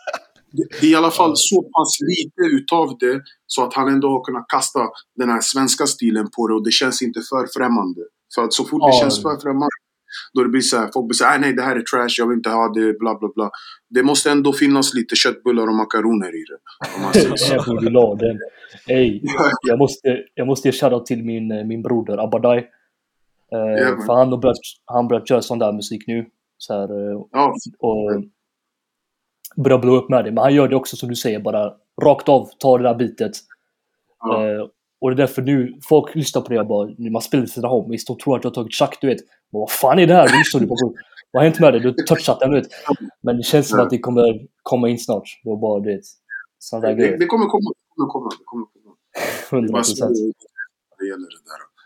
Speaker 3: det är i alla fall så pass lite utav det så att han ändå har kunnat kasta den här svenska stilen på det, och det känns inte för främmande. För att så fort det oh. känns för främmande, då det blir så här, folk blir så här, nej det här är trash, jag vill inte ha det, bla bla bla. Det måste ändå finnas lite köttbullar och makaroner i det.
Speaker 1: Jag borde la den. Ey, jag måste, jag måste ge shoutout till min, min broder Abadai. Uh, yeah, för han har börjat, han börjat göra sån där musik nu så här, uh, oh. och börjar blå upp med det, men han gör det också som du säger, bara rakt av, tar det där bitet oh. uh, och det är därför nu folk lyssnar på det, jag bara, man spelar till sina homies, de tror att jag har tagit Chuck, du vet, vad fan är det här, du lyssnar du på, vad har hänt med det, du har touchat den, du vet, men det känns som yeah. att det kommer komma in snart, det var bara, du vet, sån där
Speaker 3: det, det kommer komma, det kommer komma, det kommer komma.
Speaker 1: hundra procent
Speaker 3: det gäller det där.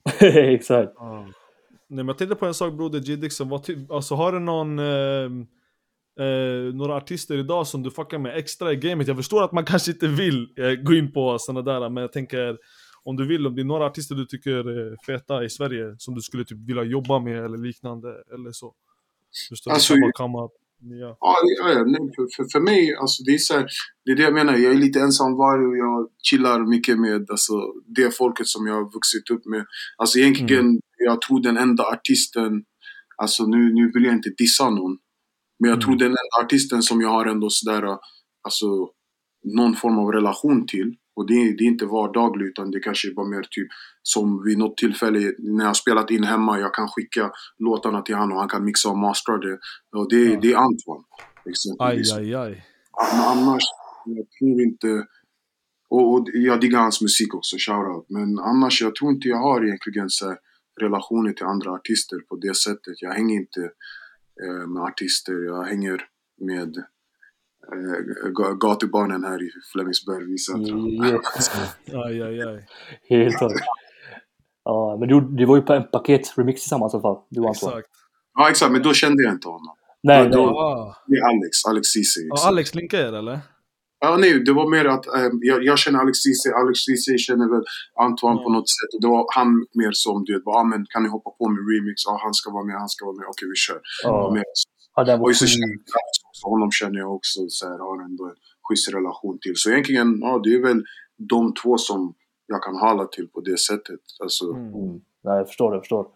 Speaker 1: Exakt.
Speaker 2: Ah. Nej, men jag tänkte på en sak, broder J. Dixon. Vad ty- alltså, har du någon... Eh, eh, några artister idag som du fuckar med extra i gamet? Jag förstår att man kanske inte vill eh, gå in på sådana där, men jag tänker... Om du vill, om det är några artister du tycker är feta i Sverige som du skulle typ vilja jobba med eller liknande eller så. Förstår
Speaker 3: Alltså,
Speaker 2: du? Komma, ja.
Speaker 3: Ja, ja, ja. Nej, för, för, för mig, alltså det är så här, det är det jag menar. Jag är lite ensamvarg och jag chillar mycket med alltså, det folket som jag har vuxit upp med. Alltså egentligen, mm. jag tror den enda artisten, alltså nu, nu vill jag inte dissa någon, men jag mm. tror den enda artisten som jag har ändå sådär, alltså någon form av relation till. Och det är, det är inte vardagligt, utan det kanske bara mer typ som vid något tillfälle när jag har spelat in hemma, jag kan skicka låtarna till han och han kan mixa och mastera det. Och det, ja. det är Antoine.
Speaker 2: Aj, aj, aj.
Speaker 3: Men annars, jag tror inte... Och, och jag diggar hans musik också, shoutout. Men annars, jag tror inte jag har egentligen så här, relationer till andra artister på det sättet. Jag hänger inte eh, med artister, jag hänger med... gatubarnen här i Flemingsberg visar
Speaker 1: yeah.
Speaker 2: Aj, aj, aj.
Speaker 1: Helt klart. Ja, men du, du var ju på en paket remix tillsammans i alla fall. Du var
Speaker 2: exakt.
Speaker 3: Ja, exakt, men då kände jag inte honom.
Speaker 1: Nej,
Speaker 3: då,
Speaker 1: nej.
Speaker 3: Då, det är Alex, Alex Ceesay.
Speaker 2: Ja, Alex linkar er, eller?
Speaker 3: Ja, nej, det var mer att ähm, jag, jag känner Alex Ceesay, Alex Ceesay känner väl Antoine mm. på något sätt. Och det var han mer som, du vet, bara, ah, men kan ni hoppa på med remix? Ja, ah, han ska vara med, han ska vara med, okej, vi kör.
Speaker 1: Ja,
Speaker 3: mer,
Speaker 1: ja det var
Speaker 3: och så känner jag också, honom känner jag också, så här, har ändå en schysst relation till. Så egentligen, ja, det är väl de två som jag kan hala till på det sättet. Alltså.
Speaker 1: Mm. Mm. Nej, jag förstår det, jag förstår.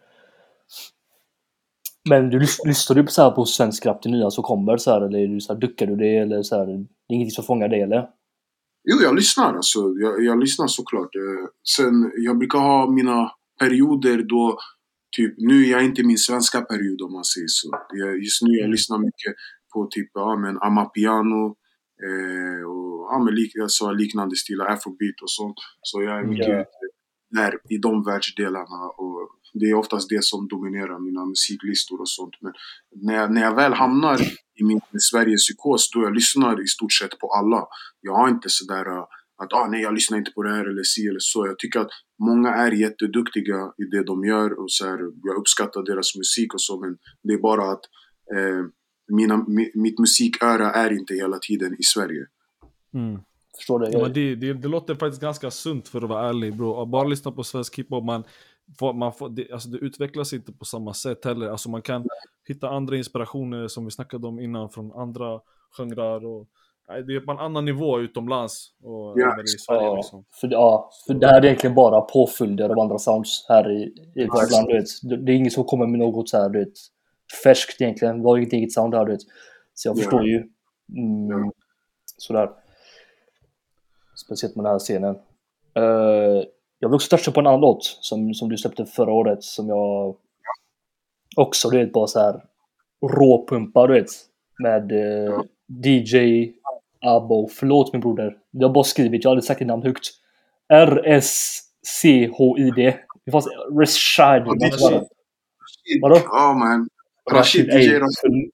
Speaker 1: Men du lyssnar du på så här på svensk rap till nya så kommer så här, eller är du så här, duckar du det eller så här, det är inget som fångar det eller?
Speaker 3: Jo, jag lyssnar alltså. Jag, jag lyssnar såklart. Sen jag brukar ha mina perioder då typ nu är jag inte min svenska period om man säger så. Jag, just nu jag lyssnar mycket på typ ja men Amapiano eh, och ja men lik, alltså, liknande stilar, afrobeat och sånt. Så jag är mycket mm. där i de världsdelarna och det är oftast det som dominerar mina musiklistor och sånt. Men när jag, när jag väl hamnar i min Sveriges psykos, då jag lyssnar i stort sett på alla. Jag har inte sådär att ah, nej, jag lyssnar inte på det här eller si eller så. Jag tycker att många är jätteduktiga i det de gör och så här, jag uppskattar deras musik och så, men det är bara att eh, mina, mi, mitt musiköra är inte hela tiden i Sverige.
Speaker 2: Mm. Förstår det? Ja, det, det, det låter faktiskt ganska sunt för att vara ärlig, bro. Att bara lyssna på svensk hiphop, man får, man får, det, alltså det utvecklas inte på samma sätt heller. Alltså man kan hitta andra inspirationer som vi snackade om innan från andra genrer och det är på en annan nivå utomlands och
Speaker 3: yeah.
Speaker 2: i Sverige
Speaker 1: ja,
Speaker 2: liksom.
Speaker 1: för, ja, för det här är egentligen bara påföljder av andra sounds här i, i vårt land, du vet. Det, det är ingen som kommer med något så här, du vet, färskt egentligen. Vi har inget eget sound här, du vet. Så jag yeah. förstår ju mm, yeah. sådär. Speciellt med den här scenen. Uh, jag vill också toucha på en annan låt som, som du släppte förra året som jag också, du vet, bara så här råpumpar, du vet, med uh, D J Abo. Förlåt min broder. Jag har bara skrivit, jag har aldrig sagt ditt namn högt. R S C H I D. Det fanns Rashid.
Speaker 3: Rashid.
Speaker 1: Vadå?
Speaker 3: Ja, man.
Speaker 1: Rashid.
Speaker 3: Rashid. Rashid.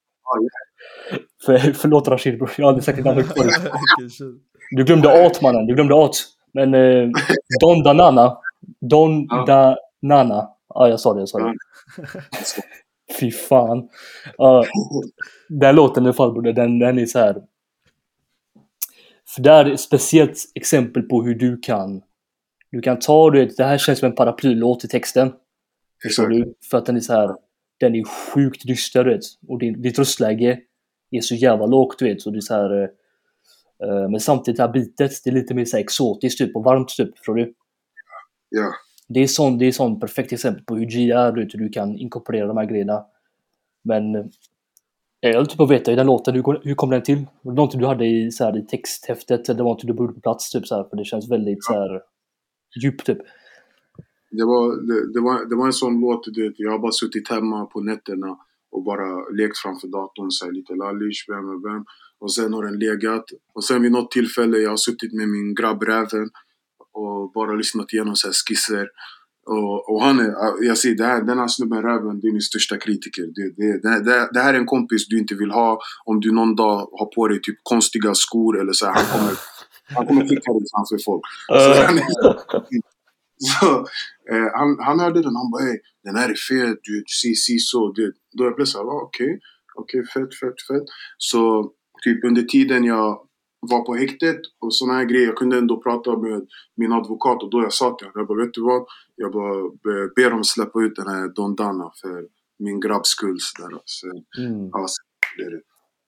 Speaker 1: För, förlåt Rashid, bro. Jag har aldrig sagt ditt namn högt förut. Du glömde At, mannen. Du glömde At. Men eh, Don Danana. Don ja. Danana. Ja, jag sa det, jag sa det. Fy fan. Uh, den låten i alla fall, broder, den, den är så här. För det är ett speciellt exempel på hur du kan du kan ta det. Det här känns som en paraplylåt i texten. Förstår du? För att den är så här, den är sjukt dyster, du vet. Och din, ditt röstläge är så jävla lågt, du vet. Så det är så här, uh, men samtidigt det här bitet, det är lite mer så här exotiskt typ och varmt typ, förstår du?
Speaker 3: Ja.
Speaker 1: Det är sån, det är sån perfekt exempel på hur G är, du vet, hur du kan inkorporera de här grejerna. Men jag vill typ att veta i den låten, hur, hur kom den till? Var det någonting du hade i, så här, i texthäftet eller var det någonting du borde på plats typ så här, för det känns väldigt så här djupt typ.
Speaker 3: Det var, det, det var, det var en sån låt, du vet, jag har bara suttit hemma på nätterna och bara lekt framför datorn så här, lite lallish, vem och vem. Och sen har den legat. Och sen vid något tillfälle jag har suttit med min grabb Räven och bara lyssnat igenom så här skisser. Och, och han är, jag säger, det här, den här snubben Räven, det är min största kritiker. Det, det, det, det här är en kompis du inte vill ha om du någon dag har på dig typ konstiga skor eller så här, han kommer, han kommer kicka dig framför folk. Så, så Eh, han, han hörde den, han bara hej, den här är fet, du si, si, så. Det, då jag blev såhär, ah, okej, okay, okej, okay, fett, fett, fett. Så typ under tiden jag var på häktet och såna här grejer, jag kunde ändå prata med min advokat och då jag sa till honom, jag bara, vet du vad? Jag bara ber dem släppa ut den här Don Dana för min grabbs skull. Sådär. Så,
Speaker 1: Mm.
Speaker 3: ja, så det är det.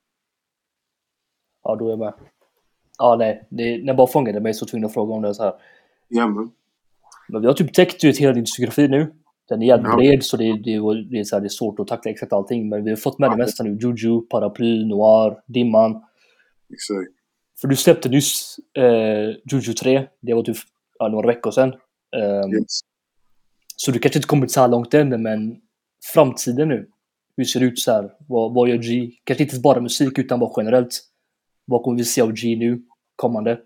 Speaker 1: Ja, då är jag med. Ja, nej. Det, när jag bara fångade mig så tvungen att fråga om det så här.
Speaker 3: Ja, men.
Speaker 1: Men vi har typ täckt ut hela din diskografi nu. Den är jävligt
Speaker 3: Ja.
Speaker 1: bred så det, det, det, är så här, det är svårt att tackla exakt allting. Men vi har fått med det mesta nu. Juju, Paraply, Noir, Dimman.
Speaker 3: Exakt.
Speaker 1: För du släppte nyss eh, Juju tre. Det var typ ja, några veckor sedan. Um,
Speaker 3: Yes.
Speaker 1: Så du kanske inte kommit så här långt än, men framtiden nu. Hur ser det ut så här? Vad, vad gör G? Kanske inte bara musik utan bara generellt. Vad kommer vi se av G nu? Kommande?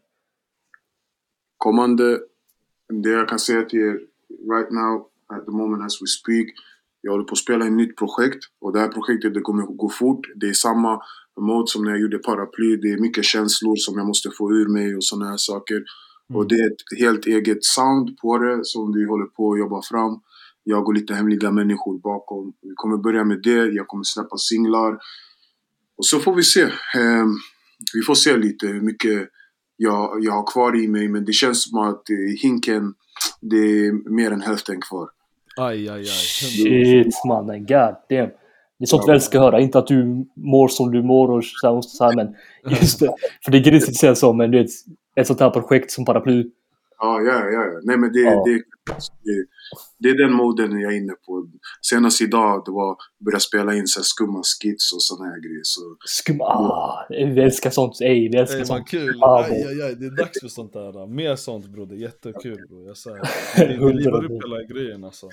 Speaker 3: Kommande, det jag kan säga till er right now, at the moment as we speak, jag håller på att spela ett nytt projekt och det här projektet det kommer gå fort. Det är samma mode som när jag gjorde Paraply. Det är mycket känslor som jag måste få ur mig och såna här saker. Mm. Och det är ett helt eget sound på det som vi håller på att jobba fram. Jag och lite hemliga människor bakom. Vi kommer börja med det. Jag kommer släppa singlar. Och så får vi se. Eh, vi får se lite hur mycket jag, jag har kvar i mig. Men det känns som att eh, hinken, det är mer än hälften kvar.
Speaker 2: Aj, aj, aj.
Speaker 1: Shit, mannen. God damn. Det är sånt ja, vi älskar höra. Inte att du mår som du mår och så här, och så här, men just det. För det är grisigt att säga så, men det är ett, ett sånt här projekt som Paraply.
Speaker 3: Ja, ja, ja. Nej, men det, ja. det, det, det är den moden jag är inne på. Senast idag, det var börja spela in så här skumma skits och såna här grejer. Så.
Speaker 1: Skumma? Ah, vi älskar sånt. Ej, vi älskar
Speaker 2: Ej,
Speaker 1: sånt.
Speaker 2: Kul. Ah, aj, aj, aj. Det är dags för sånt där. Mer sånt, bro. Det är jättekul, bro. Jag säger, det, det livar upp hela grejen, alltså.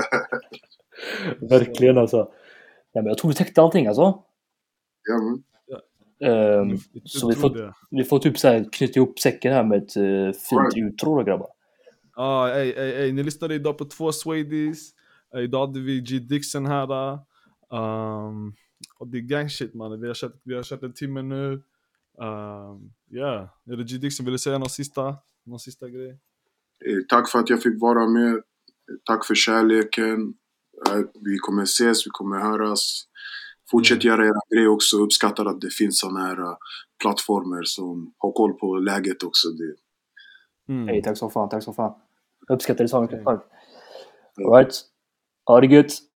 Speaker 1: Verkligen, alltså. Ja, men jag tror vi täckte allting, alltså.
Speaker 3: Ja, men.
Speaker 1: Um, så vi får, vi får typ så här knyta ihop säcken här med ett uh, fint right. utro då, grabbar.
Speaker 2: Ja, ah, ej, ej, ej. Ni lyssnade idag på två Swedies. Idag hade vi G Dixon här. Um, och det är gang shit, man. Vi har kört, vi har kört en timme nu. Ja, um, yeah. Är det G Dixon? Vill du säga någon sista, någon sista grej?
Speaker 3: Eh, tack för att jag fick vara med. Tack för kärleken. Eh, vi kommer ses, vi kommer höras. Fortsätt mm. göra era grejer också. Uppskattar att det finns såna här uh, plattformar som har koll på läget också. Det.
Speaker 1: Mm. Hej, tack så fan, tack så fan. Jag uppskattar det så mycket. Okay. All right. Ha det gött.